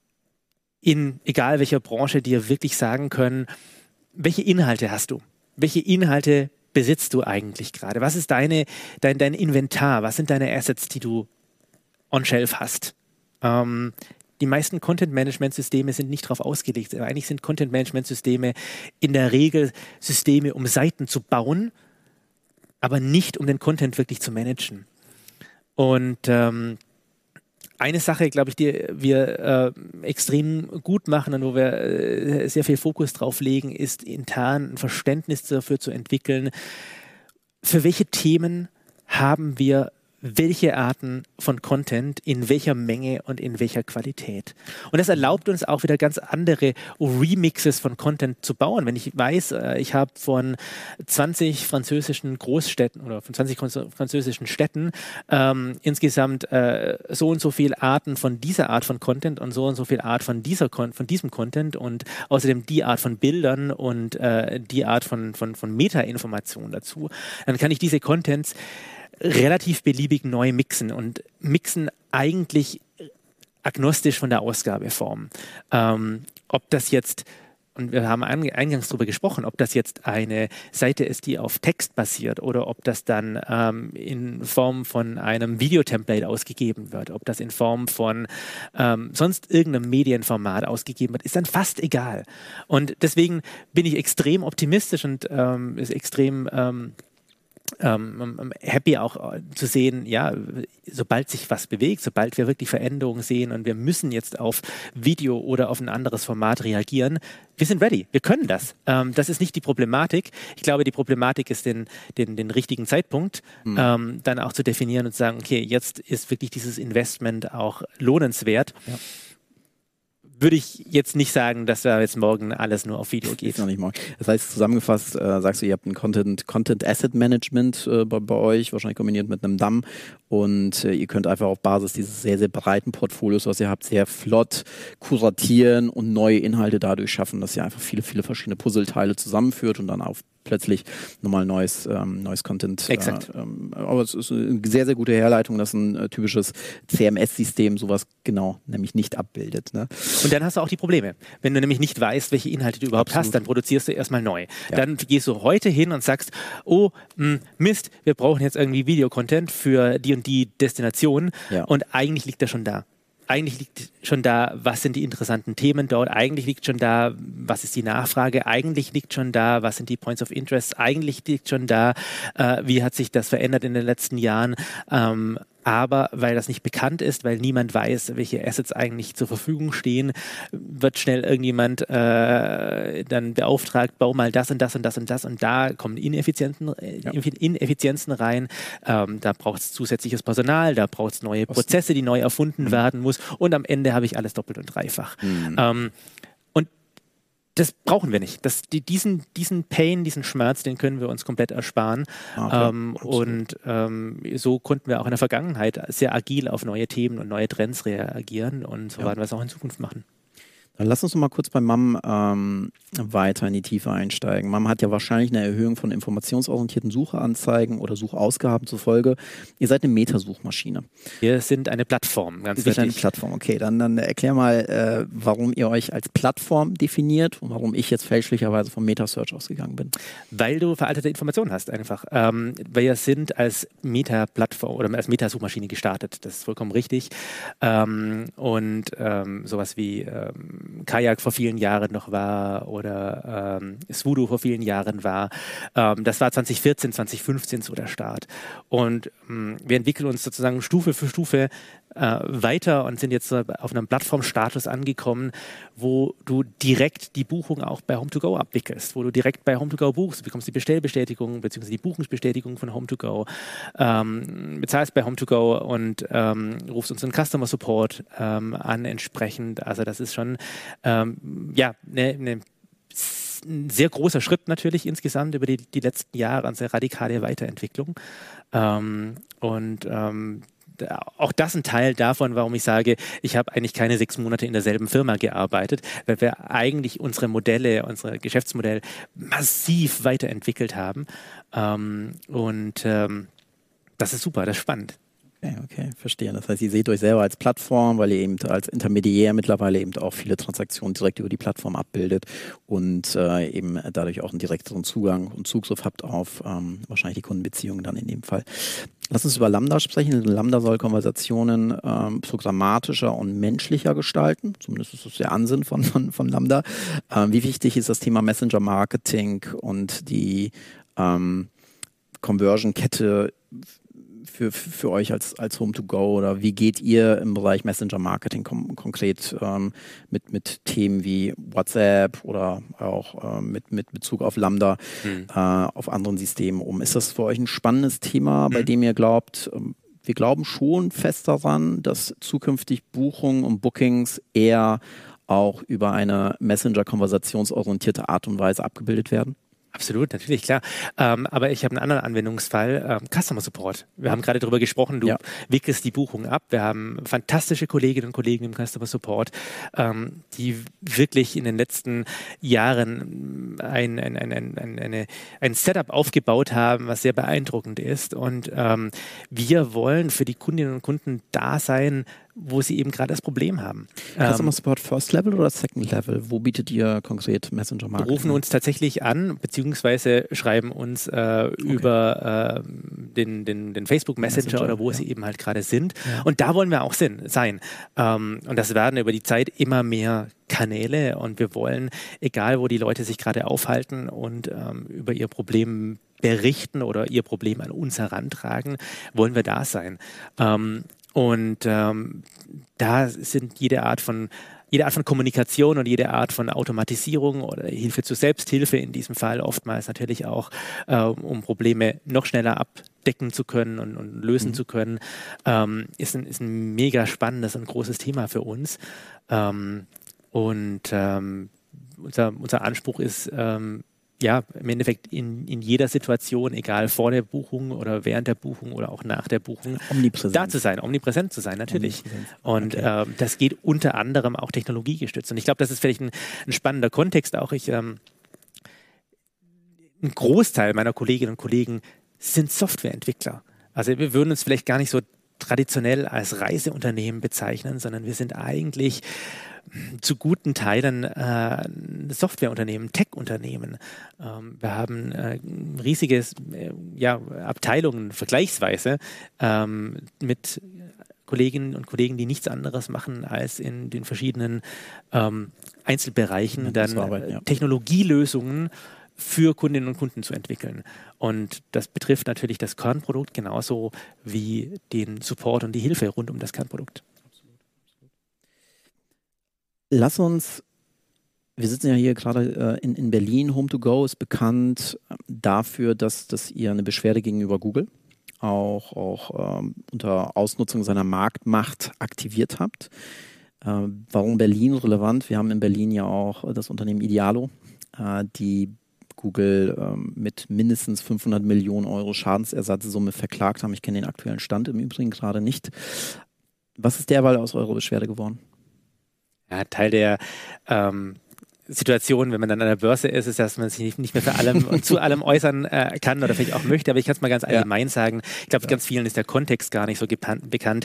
in egal welcher Branche dir wirklich sagen können, welche Inhalte hast du? Welche Inhalte besitzt du eigentlich gerade? Was ist dein Inventar? Was sind deine Assets, die du on-shelf hast? Die meisten Content-Management-Systeme sind nicht darauf ausgelegt. Eigentlich sind Content-Management-Systeme in der Regel Systeme, um Seiten zu bauen, aber nicht, um den Content wirklich zu managen. Und eine Sache, glaube ich, die wir extrem gut machen und wo wir sehr viel Fokus drauf legen, ist intern ein Verständnis dafür zu entwickeln, für welche Themen haben wir welche Arten von Content, in welcher Menge und in welcher Qualität. Und das erlaubt uns auch wieder ganz andere Remixes von Content zu bauen. Wenn ich weiß, ich habe von 20 französischen Großstädten oder von 20 französischen Städten insgesamt so und so viele Arten von dieser Art von Content und so viel Art von diesem Content und außerdem die Art von Bildern und die Art von Meta-Informationen dazu, dann kann ich diese Contents relativ beliebig neu mixen und mixen eigentlich agnostisch von der Ausgabeform. Ob das jetzt, und wir haben eingangs darüber gesprochen, ob das jetzt eine Seite ist, die auf Text basiert oder ob das dann in Form von einem Videotemplate ausgegeben wird, ob das in Form von sonst irgendeinem Medienformat ausgegeben wird, ist dann fast egal. Und deswegen bin ich extrem optimistisch und ist extrem happy auch zu sehen, ja, sobald sich was bewegt, sobald wir wirklich Veränderungen sehen und wir müssen jetzt auf Video oder auf ein anderes Format reagieren, wir sind ready, wir können das. Das ist nicht die Problematik. Ich glaube, die Problematik ist den richtigen Zeitpunkt dann auch zu definieren und zu sagen, okay, jetzt ist wirklich dieses Investment auch lohnenswert. Ja. Würde ich jetzt nicht sagen, dass da jetzt morgen alles nur auf Video geht. Noch nicht morgen. Das heißt, zusammengefasst, sagst du, ihr habt ein Content Asset Management bei euch, wahrscheinlich kombiniert mit einem DAM und ihr könnt einfach auf Basis dieses sehr, sehr breiten Portfolios, was ihr habt, sehr flott kuratieren und neue Inhalte dadurch schaffen, dass ihr einfach viele, viele verschiedene Puzzleteile zusammenführt und dann auf plötzlich nochmal neues Content. Exakt. Aber es ist eine sehr, sehr gute Herleitung, dass ein typisches CMS-System sowas genau nämlich nicht abbildet. Ne? Und dann hast du auch die Probleme. Wenn du nämlich nicht weißt, welche Inhalte du überhaupt hast, dann produzierst du erstmal neu. Ja. Dann gehst du heute hin und sagst, oh, Mist, wir brauchen jetzt irgendwie Videocontent für die und die Destination und eigentlich liegt er schon da. eigentlich liegt schon da, was sind die interessanten Themen dort, eigentlich liegt schon da, was ist die Nachfrage, eigentlich liegt schon da, was sind die Points of Interest, eigentlich liegt schon da, wie hat sich das verändert in den letzten Jahren, aber weil das nicht bekannt ist, weil niemand weiß, welche Assets eigentlich zur Verfügung stehen, wird schnell irgendjemand dann beauftragt, bau mal das und das und das und das und da kommen Ineffizienzen rein, da braucht es zusätzliches Personal, da braucht es neue Prozesse, die neu erfunden werden muss und am Ende habe ich alles doppelt und dreifach. Und das brauchen wir nicht. Diesen Pain, diesen Schmerz, den können wir uns komplett ersparen. So konnten wir auch in der Vergangenheit sehr agil auf neue Themen und neue Trends reagieren und so werden wir es auch in Zukunft machen. Dann lass uns noch mal kurz bei MAM weiter in die Tiefe einsteigen. MAM hat ja wahrscheinlich eine Erhöhung von informationsorientierten Suchanzeigen oder Suchausgaben zur Folge. Ihr seid eine Metasuchmaschine. Wir sind eine Plattform, ganz wichtig. Ihr seid eine Plattform, okay. Dann erklär mal, warum ihr euch als Plattform definiert und warum ich jetzt fälschlicherweise vom Meta-Search ausgegangen bin. Weil du veraltete Informationen hast einfach. Wir sind als Meta-Plattform oder als Metasuchmaschine gestartet. Das ist vollkommen richtig. Sowas wie Kajak vor vielen Jahren noch war oder Swoodoo vor vielen Jahren war. Das war 2014, 2015 so der Start. Und wir entwickeln uns sozusagen Stufe für Stufe weiter und sind jetzt auf einem Plattformstatus angekommen, wo du direkt die Buchung auch bei Home2Go abwickelst, wo du direkt bei Home2Go buchst, du bekommst die Bestellbestätigung bzw. die Buchungsbestätigung von Home2Go, bezahlst bei Home2Go und rufst unseren Customer Support an entsprechend. Also das ist schon ein sehr großer Schritt natürlich insgesamt über die letzten Jahre, eine sehr radikale Weiterentwicklung. Auch das ein Teil davon, warum ich sage, ich habe eigentlich keine 6 Monate in derselben Firma gearbeitet, weil wir eigentlich unsere Modelle, unser Geschäftsmodell massiv weiterentwickelt haben. Das ist super, das ist spannend. Okay, verstehe. Das heißt, ihr seht euch selber als Plattform, weil ihr eben als Intermediär mittlerweile eben auch viele Transaktionen direkt über die Plattform abbildet und eben dadurch auch einen direkteren Zugang und Zugriff habt auf wahrscheinlich die Kundenbeziehungen dann in dem Fall. Lass uns über Lambda sprechen. Lambda soll Konversationen programmatischer und menschlicher gestalten. Zumindest ist das der Ansinn von Lambda. Wie wichtig ist das Thema Messenger-Marketing und die Conversion-Kette für euch als Home2Go oder wie geht ihr im Bereich Messenger-Marketing konkret mit Themen wie WhatsApp oder auch mit Bezug auf Lambda auf anderen Systemen um? Ist das für euch ein spannendes Thema, bei dem ihr glaubt, wir glauben schon fest daran, dass zukünftig Buchungen und Bookings eher auch über eine Messenger-konversationsorientierte Art und Weise abgebildet werden? Absolut, natürlich, klar. Aber ich habe einen anderen Anwendungsfall, Customer Support. Wir haben gerade darüber gesprochen, du wickelst die Buchung ab. Wir haben fantastische Kolleginnen und Kollegen im Customer Support, die wirklich in den letzten Jahren ein Setup aufgebaut haben, was sehr beeindruckend ist. Und wir wollen für die Kundinnen und Kunden da sein, wo sie eben gerade das Problem haben. Customer Support First Level oder Second Level? Wo bietet ihr konkret Messenger Marketing? Wir rufen uns tatsächlich an, beziehungsweise schreiben uns über den Facebook Messenger oder wo sie eben halt gerade sind. Ja. Und da wollen wir auch sein. Und das werden über die Zeit immer mehr Kanäle und wir wollen, egal wo die Leute sich gerade aufhalten und über ihr Problem berichten oder ihr Problem an uns herantragen, wollen wir da sein. Da sind jede Art von Kommunikation und jede Art von Automatisierung oder Hilfe zur Selbsthilfe in diesem Fall oftmals natürlich auch, um Probleme noch schneller abdecken zu können und lösen zu können, ist ein mega spannendes und großes Thema für uns. Unser Anspruch ist, im Endeffekt in jeder Situation, egal vor der Buchung oder während der Buchung oder auch nach der Buchung, da zu sein, omnipräsent zu sein, natürlich. Und das geht unter anderem auch technologiegestützt. Und ich glaube, das ist vielleicht ein spannender Kontext auch. Ein Großteil meiner Kolleginnen und Kollegen sind Softwareentwickler. Also wir würden uns vielleicht gar nicht so traditionell als Reiseunternehmen bezeichnen, sondern wir sind eigentlich zu guten Teilen Softwareunternehmen, Tech-Unternehmen. Wir haben riesige Abteilungen vergleichsweise mit Kolleginnen und Kollegen, die nichts anderes machen, als in den verschiedenen Einzelbereichen dann Technologielösungen für Kundinnen und Kunden zu entwickeln. Und das betrifft natürlich das Kernprodukt genauso wie den Support und die Hilfe rund um das Kernprodukt. Lass uns, wir sitzen ja hier gerade in Berlin, Home2Go ist bekannt dafür, dass ihr eine Beschwerde gegenüber Google auch unter Ausnutzung seiner Marktmacht aktiviert habt. Warum Berlin relevant? Wir haben in Berlin ja auch das Unternehmen Idealo, die Google mit mindestens 500 Millionen Euro Schadensersatzsumme verklagt haben. Ich kenne den aktuellen Stand im Übrigen gerade nicht. Was ist derweil aus eurer Beschwerde geworden? Ja, Teil der Situation, wenn man dann an der Börse ist, dass man sich nicht mehr für allem und zu allem äußern kann oder vielleicht auch möchte. Aber ich kann es mal ganz allgemein sagen. Ich glaube, ganz vielen ist der Kontext gar nicht so bekannt,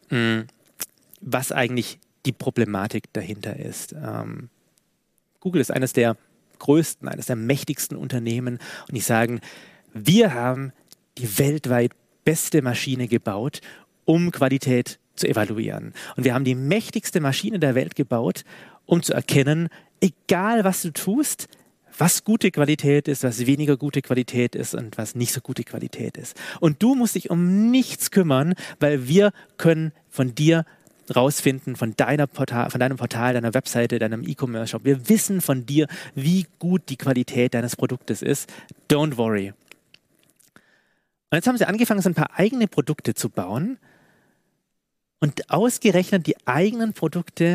was eigentlich die Problematik dahinter ist. Google ist eines der größten, eines der mächtigsten Unternehmen und die sagen, wir haben die weltweit beste Maschine gebaut, um Qualität zu evaluieren. Und wir haben die mächtigste Maschine der Welt gebaut, um zu erkennen, egal was du tust, was gute Qualität ist, was weniger gute Qualität ist und was nicht so gute Qualität ist. Und du musst dich um nichts kümmern, weil wir können von dir rausfinden, von deinem Portal, deiner Webseite, deinem E-Commerce-Shop. Wir wissen von dir, wie gut die Qualität deines Produktes ist. Don't worry. Und jetzt haben sie angefangen, so ein paar eigene Produkte zu bauen. Und ausgerechnet die eigenen Produkte,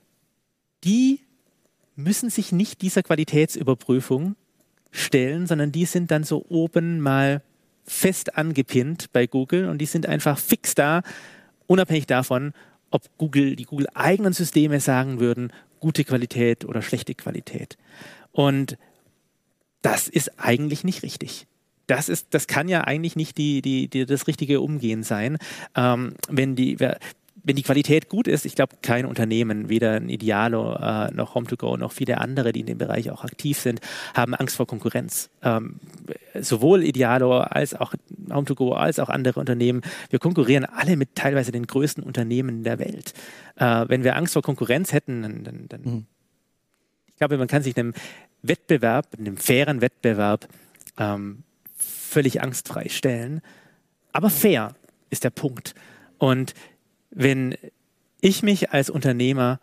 die müssen sich nicht dieser Qualitätsüberprüfung stellen, sondern die sind dann so oben mal fest angepinnt bei Google und die sind einfach fix da, unabhängig davon, ob die Google eigenen Systeme sagen würden, gute Qualität oder schlechte Qualität. Und das ist eigentlich nicht richtig. Das kann ja eigentlich nicht das richtige Umgehen sein. Wenn die Qualität gut ist, ich glaube, kein Unternehmen, weder ein Idealo noch Home2Go noch viele andere, die in dem Bereich auch aktiv sind, haben Angst vor Konkurrenz. Sowohl Idealo als auch Home2Go als auch andere Unternehmen. Wir konkurrieren alle mit teilweise den größten Unternehmen der Welt. Wenn wir Angst vor Konkurrenz hätten, dann ich glaube, man kann sich einem fairen Wettbewerb völlig angstfrei stellen. Aber fair ist der Punkt. Und wenn ich mich als Unternehmer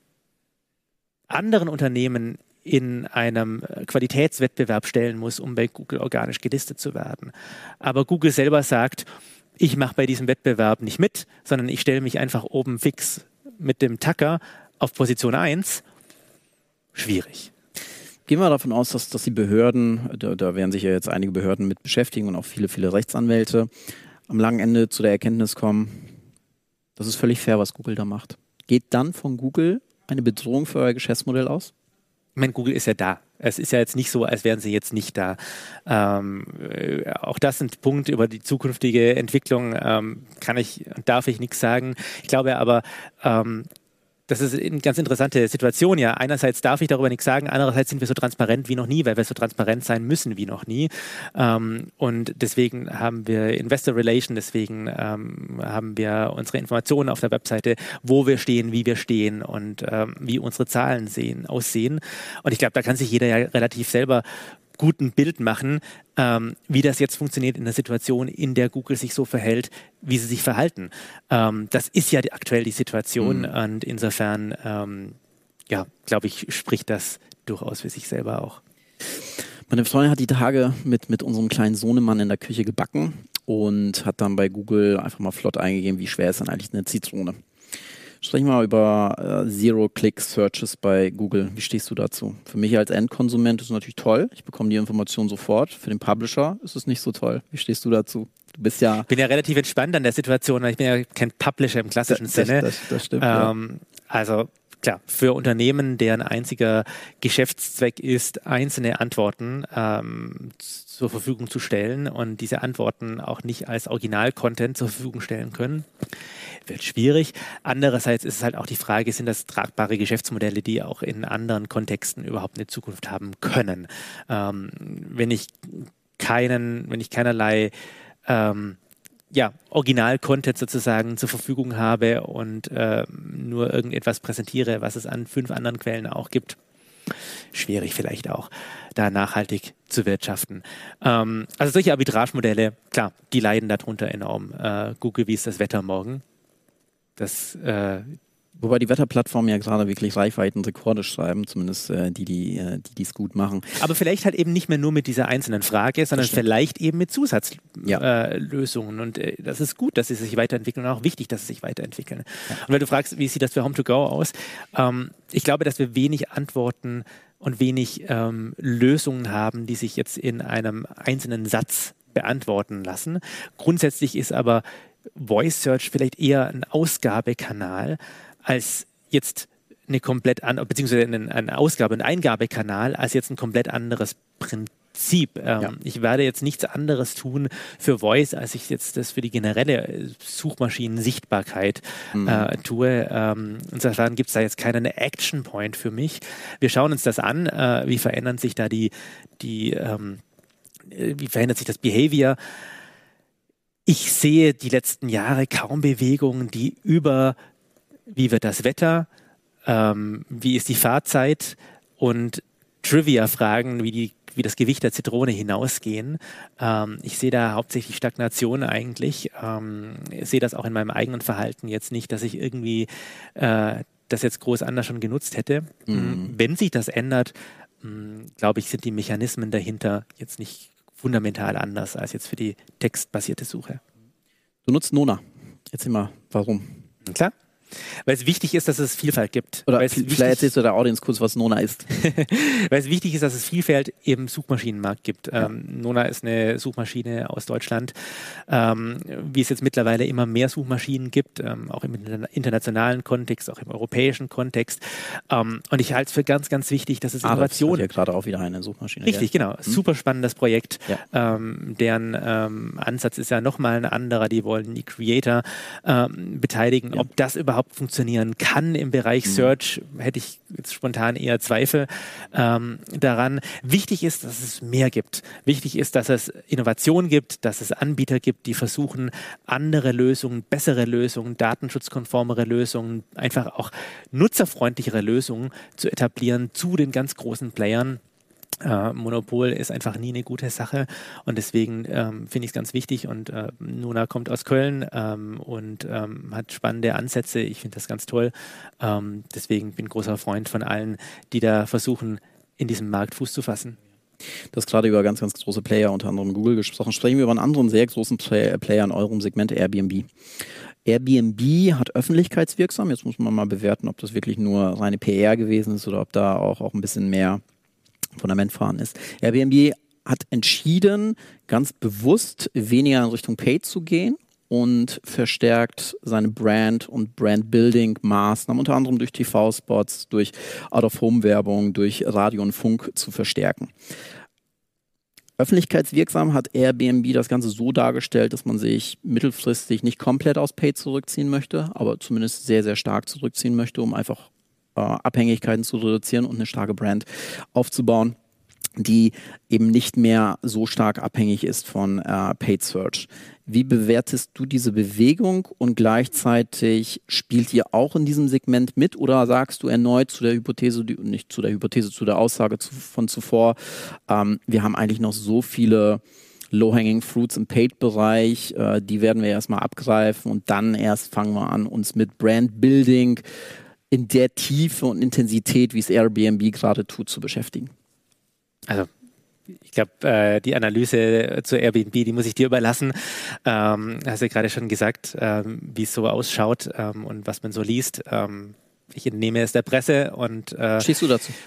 anderen Unternehmen in einem Qualitätswettbewerb stellen muss, um bei Google organisch gelistet zu werden, aber Google selber sagt, ich mache bei diesem Wettbewerb nicht mit, sondern ich stelle mich einfach oben fix mit dem Tacker auf Position 1, schwierig. Gehen wir davon aus, dass die Behörden, da werden sich ja jetzt einige Behörden mit beschäftigen und auch viele Rechtsanwälte, am langen Ende zu der Erkenntnis kommen, das ist völlig fair, was Google da macht. Geht dann von Google eine Bedrohung für euer Geschäftsmodell aus? Ich meine, Google ist ja da. Es ist ja jetzt nicht so, als wären sie jetzt nicht da. Auch das sind Punkte über die zukünftige Entwicklung, darf ich nichts sagen. Ich glaube aber, das ist eine ganz interessante Situation, ja. Einerseits darf ich darüber nichts sagen, andererseits sind wir so transparent wie noch nie, weil wir so transparent sein müssen wie noch nie. Und deswegen haben wir Investor Relation, deswegen haben wir unsere Informationen auf der Webseite, wo wir stehen, wie wir stehen und wie unsere Zahlen aussehen. Und ich glaube, da kann sich jeder ja relativ selber gut ein Bild machen, wie das jetzt funktioniert in der Situation, in der Google sich so verhält, wie sie sich verhalten. Das ist ja aktuell die Situation und insofern, glaube ich, spricht das durchaus für sich selber auch. Meine Freundin hat die Tage mit unserem kleinen Sohnemann in der Küche gebacken und hat dann bei Google einfach mal flott eingegeben, wie schwer ist denn eigentlich eine Zitrone. Sprechen wir mal über Zero-Click-Searches bei Google. Wie stehst du dazu? Für mich als Endkonsument ist es natürlich toll. Ich bekomme die Information sofort. Für den Publisher ist es nicht so toll. Wie stehst du dazu? Du bist ja... Ich bin ja relativ entspannt an der Situation, weil ich bin ja kein Publisher im klassischen Sinne. Das stimmt, ja. Also klar, für Unternehmen, deren einziger Geschäftszweck ist, einzelne Antworten zur Verfügung zu stellen und diese Antworten auch nicht als Original-Content zur Verfügung stellen können, wird schwierig. Andererseits ist es halt auch die Frage, sind das tragbare Geschäftsmodelle, die auch in anderen Kontexten überhaupt eine Zukunft haben können? Wenn ich keinerlei Original-Content sozusagen zur Verfügung habe und nur irgendetwas präsentiere, was es an 5 anderen Quellen auch gibt. Schwierig vielleicht auch, da nachhaltig zu wirtschaften. Also solche Arbitragemodelle, klar, die leiden darunter enorm. Google, wie ist das Wetter morgen? Wobei die Wetterplattformen ja gerade wirklich Reichweitenrekorde schreiben, zumindest die es gut machen. Aber vielleicht halt eben nicht mehr nur mit dieser einzelnen Frage, sondern vielleicht eben mit Zusatzlösungen. Und das ist gut, dass sie sich weiterentwickeln und auch wichtig, dass sie sich weiterentwickeln. Ja. Und wenn du fragst, wie sieht das für Home2Go aus? Ich glaube, dass wir wenig Antworten und wenig Lösungen haben, die sich jetzt in einem einzelnen Satz beantworten lassen. Grundsätzlich ist aber Voice Search vielleicht eher ein Ausgabekanal als jetzt beziehungsweise eine Ausgabe- und Eingabekanal als jetzt ein komplett anderes Prinzip. Ich werde jetzt nichts anderes tun für Voice, als ich jetzt das für die generelle Suchmaschinen-Sichtbarkeit tue. Insofern gibt es da jetzt keinen Action Point für mich. Wir schauen uns das an, wie verändern sich da wie verändert sich das Behavior. Ich sehe die letzten Jahre kaum Bewegungen, die über wie wird das Wetter, wie ist die Fahrzeit und Trivia-Fragen, wie das Gewicht der Zitrone hinausgehen. Ich sehe da hauptsächlich Stagnation eigentlich. Ich sehe das auch in meinem eigenen Verhalten jetzt nicht, dass ich irgendwie das jetzt groß anders schon genutzt hätte. Wenn sich das ändert, glaube ich, sind die Mechanismen dahinter jetzt nicht fundamental anders als jetzt für die textbasierte Suche. Du nutzt Nona. Erzähl mal, warum? Klar. Weil es wichtig ist, dass es Vielfalt gibt. Oder vielleicht erzählst du der Audience kurz, was Nona ist. Weil es wichtig ist, dass es Vielfalt im Suchmaschinenmarkt gibt. Nona ist eine Suchmaschine aus Deutschland. Wie es jetzt mittlerweile immer mehr Suchmaschinen gibt, auch im internationalen Kontext, auch im europäischen Kontext. Und ich halte es für ganz, ganz wichtig, dass es Innovation... Das ist ja gerade auch wieder eine Suchmaschine. Richtig, genau. Super spannendes Projekt. Ja. Deren Ansatz ist ja nochmal ein anderer. Die wollen die Creator beteiligen. Ja. Ob das überhaupt funktionieren kann im Bereich Search, hätte ich jetzt spontan eher Zweifel daran. Wichtig ist, dass es mehr gibt. Wichtig ist, dass es Innovation gibt, dass es Anbieter gibt, die versuchen, andere Lösungen, bessere Lösungen, datenschutzkonformere Lösungen, einfach auch nutzerfreundlichere Lösungen zu etablieren zu den ganz großen Playern. Monopol ist einfach nie eine gute Sache und deswegen finde ich es ganz wichtig und Nona kommt aus Köln und hat spannende Ansätze. Ich finde das ganz toll. Deswegen bin ich ein großer Freund von allen, die da versuchen, in diesem Markt Fuß zu fassen. Du hast gerade über ganz, ganz große Player, unter anderem Google, gesprochen. Sprechen wir über einen anderen sehr großen Player in eurem Segment, Airbnb. Airbnb hat öffentlichkeitswirksam. Jetzt muss man mal bewerten, ob das wirklich nur reine PR gewesen ist oder ob da auch ein bisschen mehr Fundament fahren ist. Airbnb hat entschieden, ganz bewusst weniger in Richtung Paid zu gehen und verstärkt seine Brand- und Brand-Building-Maßnahmen, unter anderem durch TV-Spots, durch Out-of-Home-Werbung, durch Radio und Funk zu verstärken. Öffentlichkeitswirksam hat Airbnb das Ganze so dargestellt, dass man sich mittelfristig nicht komplett aus Paid zurückziehen möchte, aber zumindest sehr, sehr stark zurückziehen möchte, um einfach Abhängigkeiten zu reduzieren und eine starke Brand aufzubauen, die eben nicht mehr so stark abhängig ist von Paid Search. Wie bewertest du diese Bewegung und gleichzeitig spielt ihr auch in diesem Segment mit oder sagst du erneut zu der Aussage von zuvor, wir haben eigentlich noch so viele Low-Hanging Fruits im Paid-Bereich, die werden wir erstmal abgreifen und dann erst fangen wir an, uns mit Brand-Building in der Tiefe und Intensität, wie es Airbnb gerade tut, zu beschäftigen? Also ich glaube, die Analyse zu Airbnb, die muss ich dir überlassen. Hast du gerade schon gesagt, wie es so ausschaut und was man so liest. Ich entnehme es der Presse und stehst du dazu?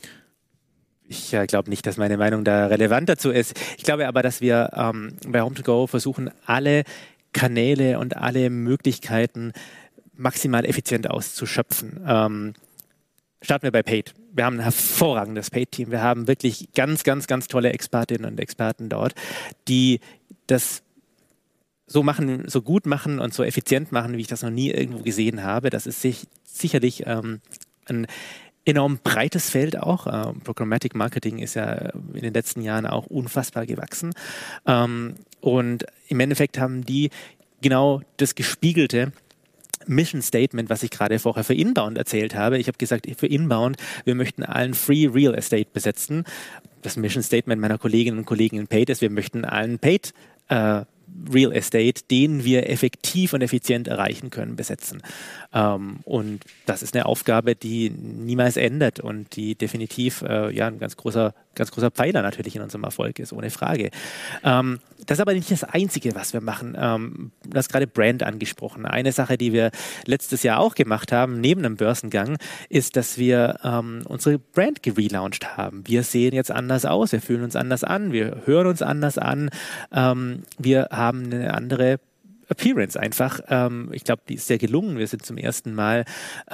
Ich glaube nicht, dass meine Meinung da relevant dazu ist. Ich glaube aber, dass wir bei Home2Go versuchen, alle Kanäle und alle Möglichkeiten maximal effizient auszuschöpfen. Starten wir bei Paid. Wir haben ein hervorragendes Paid-Team. Wir haben wirklich ganz, ganz, ganz tolle Expertinnen und Experten dort, die das so machen, so gut machen und so effizient machen, wie ich das noch nie irgendwo gesehen habe. Das ist sicherlich ein enorm breites Feld auch. Programmatic Marketing ist ja in den letzten Jahren auch unfassbar gewachsen. Und im Endeffekt haben die genau das gespiegelte Mission Statement, was ich gerade vorher für Inbound erzählt habe. Ich habe gesagt, für Inbound, wir möchten allen Free Real Estate besetzen. Das Mission Statement meiner Kolleginnen und Kollegen in Paid ist, wir möchten allen Paid Real Estate, den wir effektiv und effizient erreichen können, besetzen. Und das ist eine Aufgabe, die niemals endet und die definitiv ein ganz großer Pfeiler natürlich in unserem Erfolg ist, ohne Frage. Das ist aber nicht das Einzige, was wir machen. Du hast gerade Brand angesprochen. Eine Sache, die wir letztes Jahr auch gemacht haben, neben einem Börsengang, ist, dass wir unsere Brand gelauncht haben. Wir sehen jetzt anders aus, wir fühlen uns anders an, wir hören uns anders an, wir haben eine andere Appearance einfach. Ich glaube, die ist sehr gelungen. Wir sind zum ersten Mal,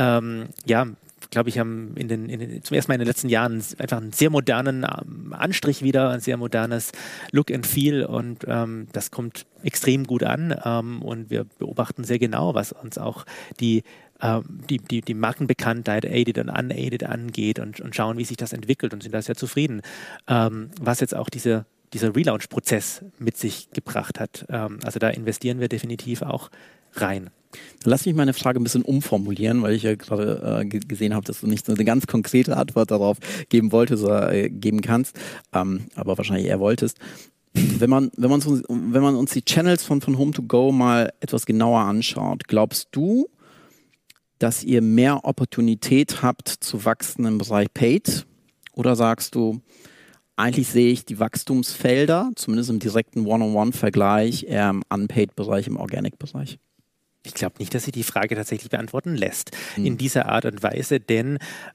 glaube ich, haben zum ersten Mal in den letzten Jahren einfach einen sehr modernen Anstrich wieder, ein sehr modernes Look and Feel und das kommt extrem gut an und wir beobachten sehr genau, was uns auch die Markenbekanntheit, aided und unaided angeht und schauen, wie sich das entwickelt und sind da sehr zufrieden, was jetzt auch dieser Relaunch-Prozess mit sich gebracht hat. Also da investieren wir definitiv auch rein. Lass mich meine Frage ein bisschen umformulieren, weil ich ja gerade gesehen habe, dass du nicht so eine ganz konkrete Antwort darauf geben wolltest oder geben kannst, aber wahrscheinlich eher wolltest. Wenn man uns die Channels von Home2Go mal etwas genauer anschaut, glaubst du, dass ihr mehr Opportunität habt zu wachsen im Bereich Paid? Oder sagst du, eigentlich sehe ich die Wachstumsfelder, zumindest im direkten One-on-One-Vergleich, eher im Unpaid-Bereich, im Organic-Bereich? Ich glaube nicht, dass sich die Frage tatsächlich beantworten lässt in dieser Art und Weise, denn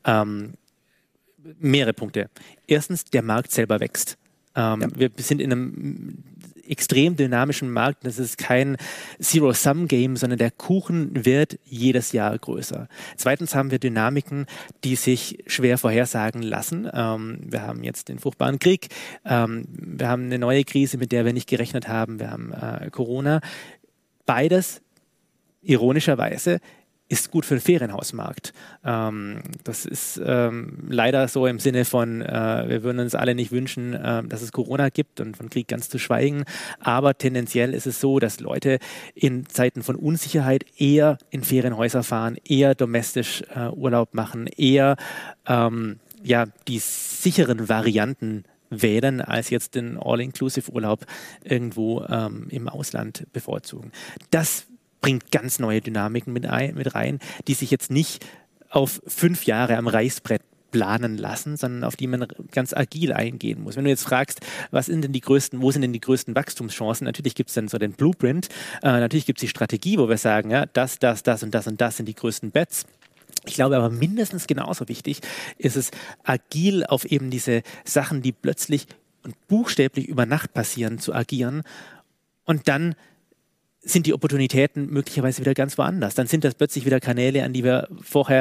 mehrere Punkte. Erstens, der Markt selber wächst. Wir sind in einem extrem dynamischen Markt. Das ist kein Zero-Sum-Game, sondern der Kuchen wird jedes Jahr größer. Zweitens haben wir Dynamiken, die sich schwer vorhersagen lassen. Wir haben jetzt den furchtbaren Krieg. Wir haben eine neue Krise, mit der wir nicht gerechnet haben. Wir haben Corona. Beides, ironischerweise, ist gut für den Ferienhausmarkt. Das ist leider so im Sinne von, wir würden uns alle nicht wünschen, dass es Corona gibt und von Krieg ganz zu schweigen. Aber tendenziell ist es so, dass Leute in Zeiten von Unsicherheit eher in Ferienhäuser fahren, eher domestisch Urlaub machen, eher die sicheren Varianten wählen, als jetzt den All-Inclusive-Urlaub irgendwo im Ausland bevorzugen. Das bringt ganz neue Dynamiken mit rein, die sich jetzt nicht auf 5 Jahre am Reißbrett planen lassen, sondern auf die man ganz agil eingehen muss. Wenn du jetzt fragst, wo sind denn die größten Wachstumschancen? Natürlich gibt es dann so den Blueprint, natürlich gibt es die Strategie, wo wir sagen, ja, das und das sind die größten Bets. Ich glaube aber mindestens genauso wichtig ist es, agil auf eben diese Sachen, die plötzlich und buchstäblich über Nacht passieren, zu agieren und dann sind die Opportunitäten möglicherweise wieder ganz woanders. Dann sind das plötzlich wieder Kanäle, an die wir vorher,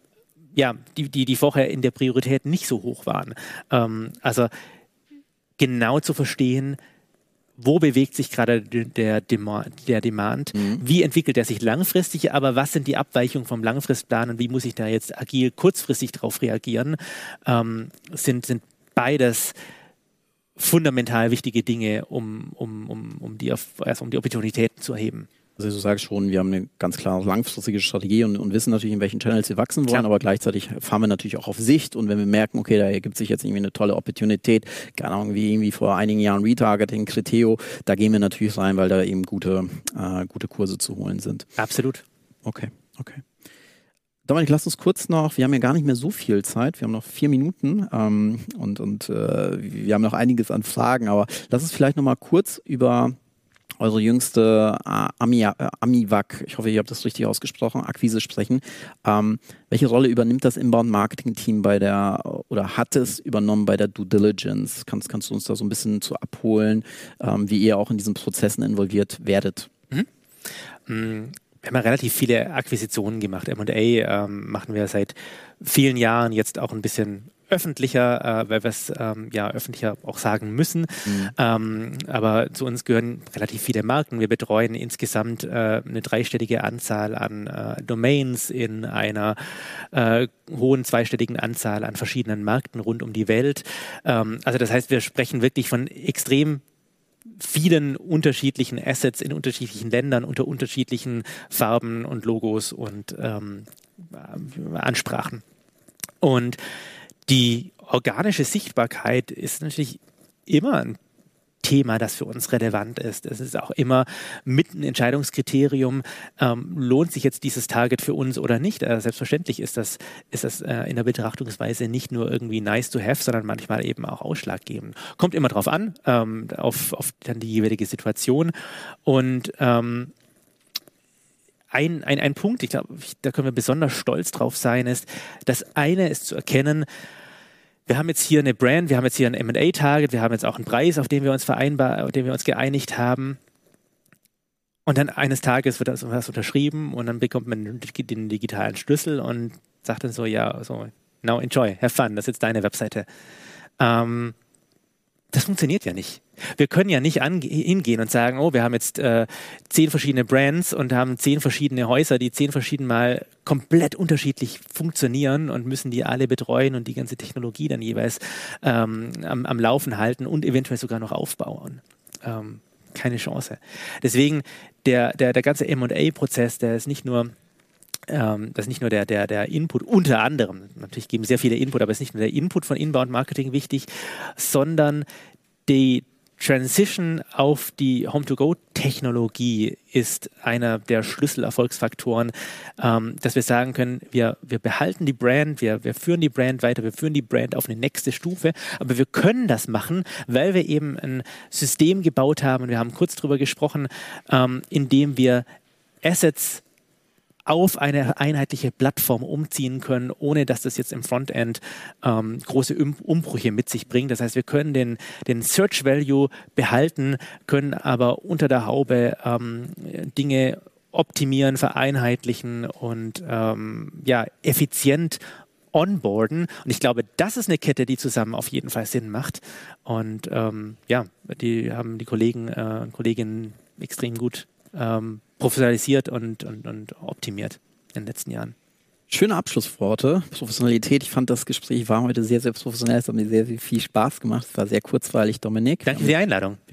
die vorher in der Priorität nicht so hoch waren. Also genau zu verstehen, wo bewegt sich gerade der Demand, wie entwickelt er sich langfristig, aber was sind die Abweichungen vom Langfristplan und wie muss ich da jetzt agil kurzfristig darauf reagieren, sind beides fundamental wichtige Dinge, um die Opportunitäten zu erheben. Also du sagst schon, wir haben eine ganz klare langfristige Strategie und wissen natürlich, in welchen Channels wir wachsen wollen, aber gleichzeitig fahren wir natürlich auch auf Sicht und wenn wir merken, okay, da ergibt sich jetzt irgendwie eine tolle Opportunität, keine Ahnung, wie irgendwie vor einigen Jahren Retargeting, Criteo, da gehen wir natürlich rein, weil da eben gute Kurse zu holen sind. Absolut. Okay. Dominik, lass uns kurz noch, wir haben ja gar nicht mehr so viel Zeit, wir haben noch 4 Minuten und wir haben noch einiges an Fragen, aber lass uns vielleicht noch mal kurz über eure jüngste Amivac, ich hoffe, ihr habt das richtig ausgesprochen, Akquise sprechen. Welche Rolle übernimmt das Inbound-Marketing-Team hat es übernommen bei der Due Diligence? Kannst du uns da so ein bisschen zu abholen, wie ihr auch in diesen Prozessen involviert werdet? Wir haben ja relativ viele Akquisitionen gemacht. M&A machen wir seit vielen Jahren, jetzt auch ein bisschen öffentlicher, weil wir es öffentlicher auch sagen müssen. Aber zu uns gehören relativ viele Marken. Wir betreuen insgesamt eine 3-stellige Anzahl an Domains in einer hohen 2-stelligen Anzahl an verschiedenen Märkten rund um die Welt. Also das heißt, wir sprechen wirklich von extrem vielen unterschiedlichen Assets in unterschiedlichen Ländern unter unterschiedlichen Farben und Logos und Ansprachen. Und die organische Sichtbarkeit ist natürlich immer ein Thema, das für uns relevant ist. Es ist auch immer mit ein Entscheidungskriterium, lohnt sich jetzt dieses Target für uns oder nicht. Selbstverständlich ist das in der Betrachtungsweise nicht nur irgendwie nice to have, sondern manchmal eben auch ausschlaggebend. Kommt immer drauf an, auf dann die jeweilige Situation. Und ein Punkt, ich glaube, da können wir besonders stolz drauf sein, ist, das eine ist zu erkennen, wir haben jetzt hier eine Brand, wir haben jetzt hier ein M&A-Target, wir haben jetzt auch einen Preis, auf den wir uns geeinigt haben. Und dann eines Tages wird das unterschrieben und dann bekommt man den digitalen Schlüssel und sagt dann so, ja, so, now enjoy, have fun, das ist jetzt deine Webseite. Das funktioniert ja nicht. Wir können ja nicht hingehen und sagen, oh, wir haben jetzt 10 verschiedene Brands und haben 10 verschiedene Häuser, die 10 verschieden Mal komplett unterschiedlich funktionieren und müssen die alle betreuen und die ganze Technologie dann jeweils am Laufen halten und eventuell sogar noch aufbauen. Keine Chance. Deswegen der ganze M&A-Prozess, der ist nicht nur das ist nicht nur der Input, unter anderem, natürlich geben sehr viele Input, aber es ist nicht nur der Input von Inbound-Marketing wichtig, sondern die Transition auf die Home-to-Go-Technologie ist einer der Schlüsselerfolgsfaktoren, dass wir sagen können, wir behalten die Brand, wir führen die Brand weiter, wir führen die Brand auf eine nächste Stufe, aber wir können das machen, weil wir eben ein System gebaut haben, und wir haben kurz drüber gesprochen, in dem wir Assets auf eine einheitliche Plattform umziehen können, ohne dass das jetzt im Frontend große Umbrüche mit sich bringt. Das heißt, wir können den Search Value behalten, können aber unter der Haube Dinge optimieren, vereinheitlichen und effizient onboarden. Und ich glaube, das ist eine Kette, die zusammen auf jeden Fall Sinn macht. Und die haben die Kollegen und Kolleginnen extrem gut professionalisiert und optimiert in den letzten Jahren. Schöne Abschlussworte. Professionalität. Ich fand, das Gespräch war heute sehr, sehr professionell. Es hat mir sehr, sehr viel Spaß gemacht. Es war sehr kurzweilig, Dominik. Danke für die Einladung.